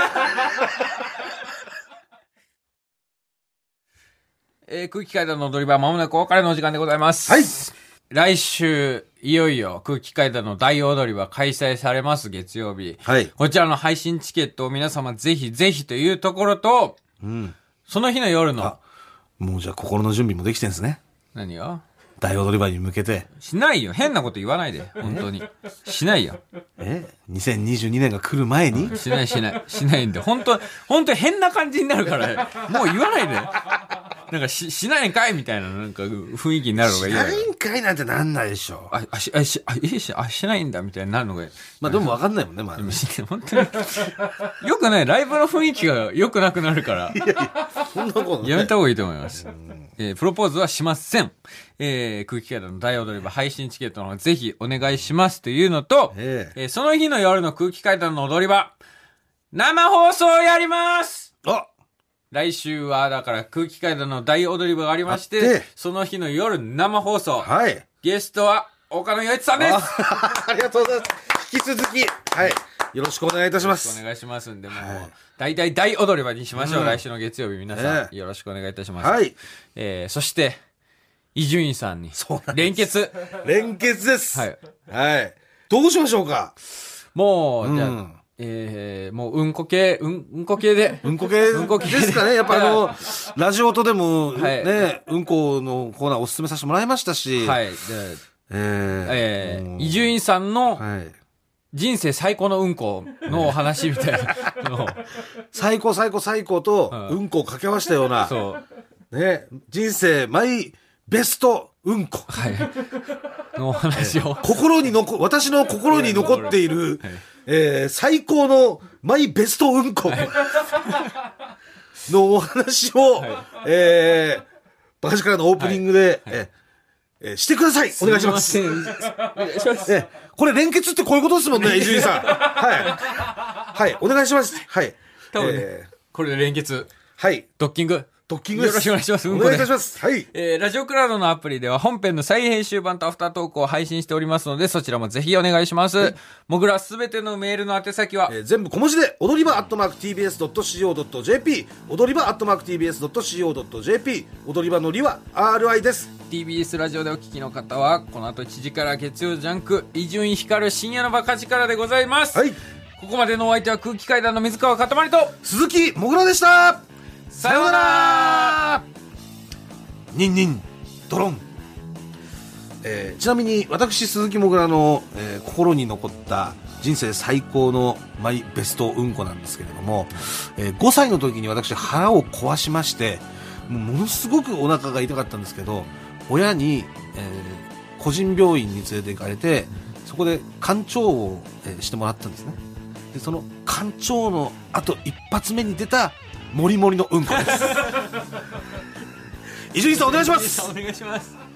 えー、空気階段の踊り場、まもなくお別れのお時間でございます。 はい、 来週いよいよ空気階段の大踊り場開催されます。月曜日、 はい、 こちらの配信チケットを皆様ぜひぜひというところと、うん、その日の夜の、あ、 もうじゃあ心の準備もできてんですね。 何が大踊り場に向けて。 しないよ、変なこと言わないで、本当にしないよ。 えにせんにじゅうにねんが来る前に、 うん、しないしないしないんで、本当本当に変な感じになるからもう言わないでなんかししないんかいみたいな、なんか雰囲気になるのが嫌だ。 しないんかいなんてなんないでしょ。 ああしあしあいいしあしないんだみたいになるのが、 まあでも分かんないもんね、まあね。 本当によくない、ライブの雰囲気が良くなくなるからいやいやそんなことない、 やめた方がいいと思います。えー、プロポーズはしません。えー、空気階段の大踊り場配信チケットの方ぜひお願いしますというのと、えーえー、その日の夜の空気階段の踊り場生放送やります。 あ、 来週はだから空気階段の大踊り場がありまして、その日の夜生放送、 はい、 ゲストは岡野陽一さんです。 あ, ありがとうございます。引き続き、はい、よろしくお願いいたします。 お願いしますんで、もう、はい、大大大踊り場にしましょう、うん、来週の月曜日皆さん、えー、よろしくお願いいたします。 はい、 えー、そして伊集院さんに連結連結です。 はい、 はい、どうしましょうか。 もう、 うん、 じゃあえー、もううんこ系、うん、うんこ系で。 うんこ系ですかね。やっぱあの、ラジオとでもね、はい、うんこのコーナーお勧めさせてもらいましたし。 はい。でえー、 えー、伊集院さんの、はい、人生最高のうんこのお話みたいなのを。 最高最高最高と、うんこを掛け合わせたような。 そう。 ね、人生マイベストうんこ。 はい。のお話を。 心に残、私の心に残っている、はい、えー、最高のマイベストうんこのお話を、はい、えー、バカ力からのオープニングで、はいはい、ええー、してください。お願いします。お願いします。えー、これ連結ってこういうことですもんね、伊集院さん。はい。はい、お願いします。はい。 多分ね、えー、これで連結。 はい。 ドッキング。 ドッキングです。 よろしくお願いします。 お願いいたします。はい。 えー、ラジオクラウドのアプリでは本編の再編集版とアフタートークを配信しておりますので、そちらもぜひお願いします。もぐらすべてのメールの宛先は、 えー、全部小文字で、踊り場アットマーク ティービーエスドットシーオードットジェーピー、踊り場アットマーク ティービーエスドットシーオードットジェーピー、踊り場のりは アールアイ です。 ティービーエス ラジオでお聞きの方は、この後いちじから月曜ジャンク、伊集院光深夜のバカ力でございます。 はい。 ここまでのお相手は空気階段の水川かたまりと、 鈴木もぐらでした。 さようなら。 ニンニンドロン。えー、ちなみに私鈴木もぐらの、えー、心に残った人生最高のマイベストうんこなんですけれども、えー、ごさいの時に私腹を壊しまして、もうものすごくお腹が痛かったんですけど、親に、えー、個人病院に連れて行かれて、そこで肝腸を、えー、してもらったんですね。でその肝腸のあと一発目に出たモリモリのうんこです。伊集院さんお願いします。 お願いします。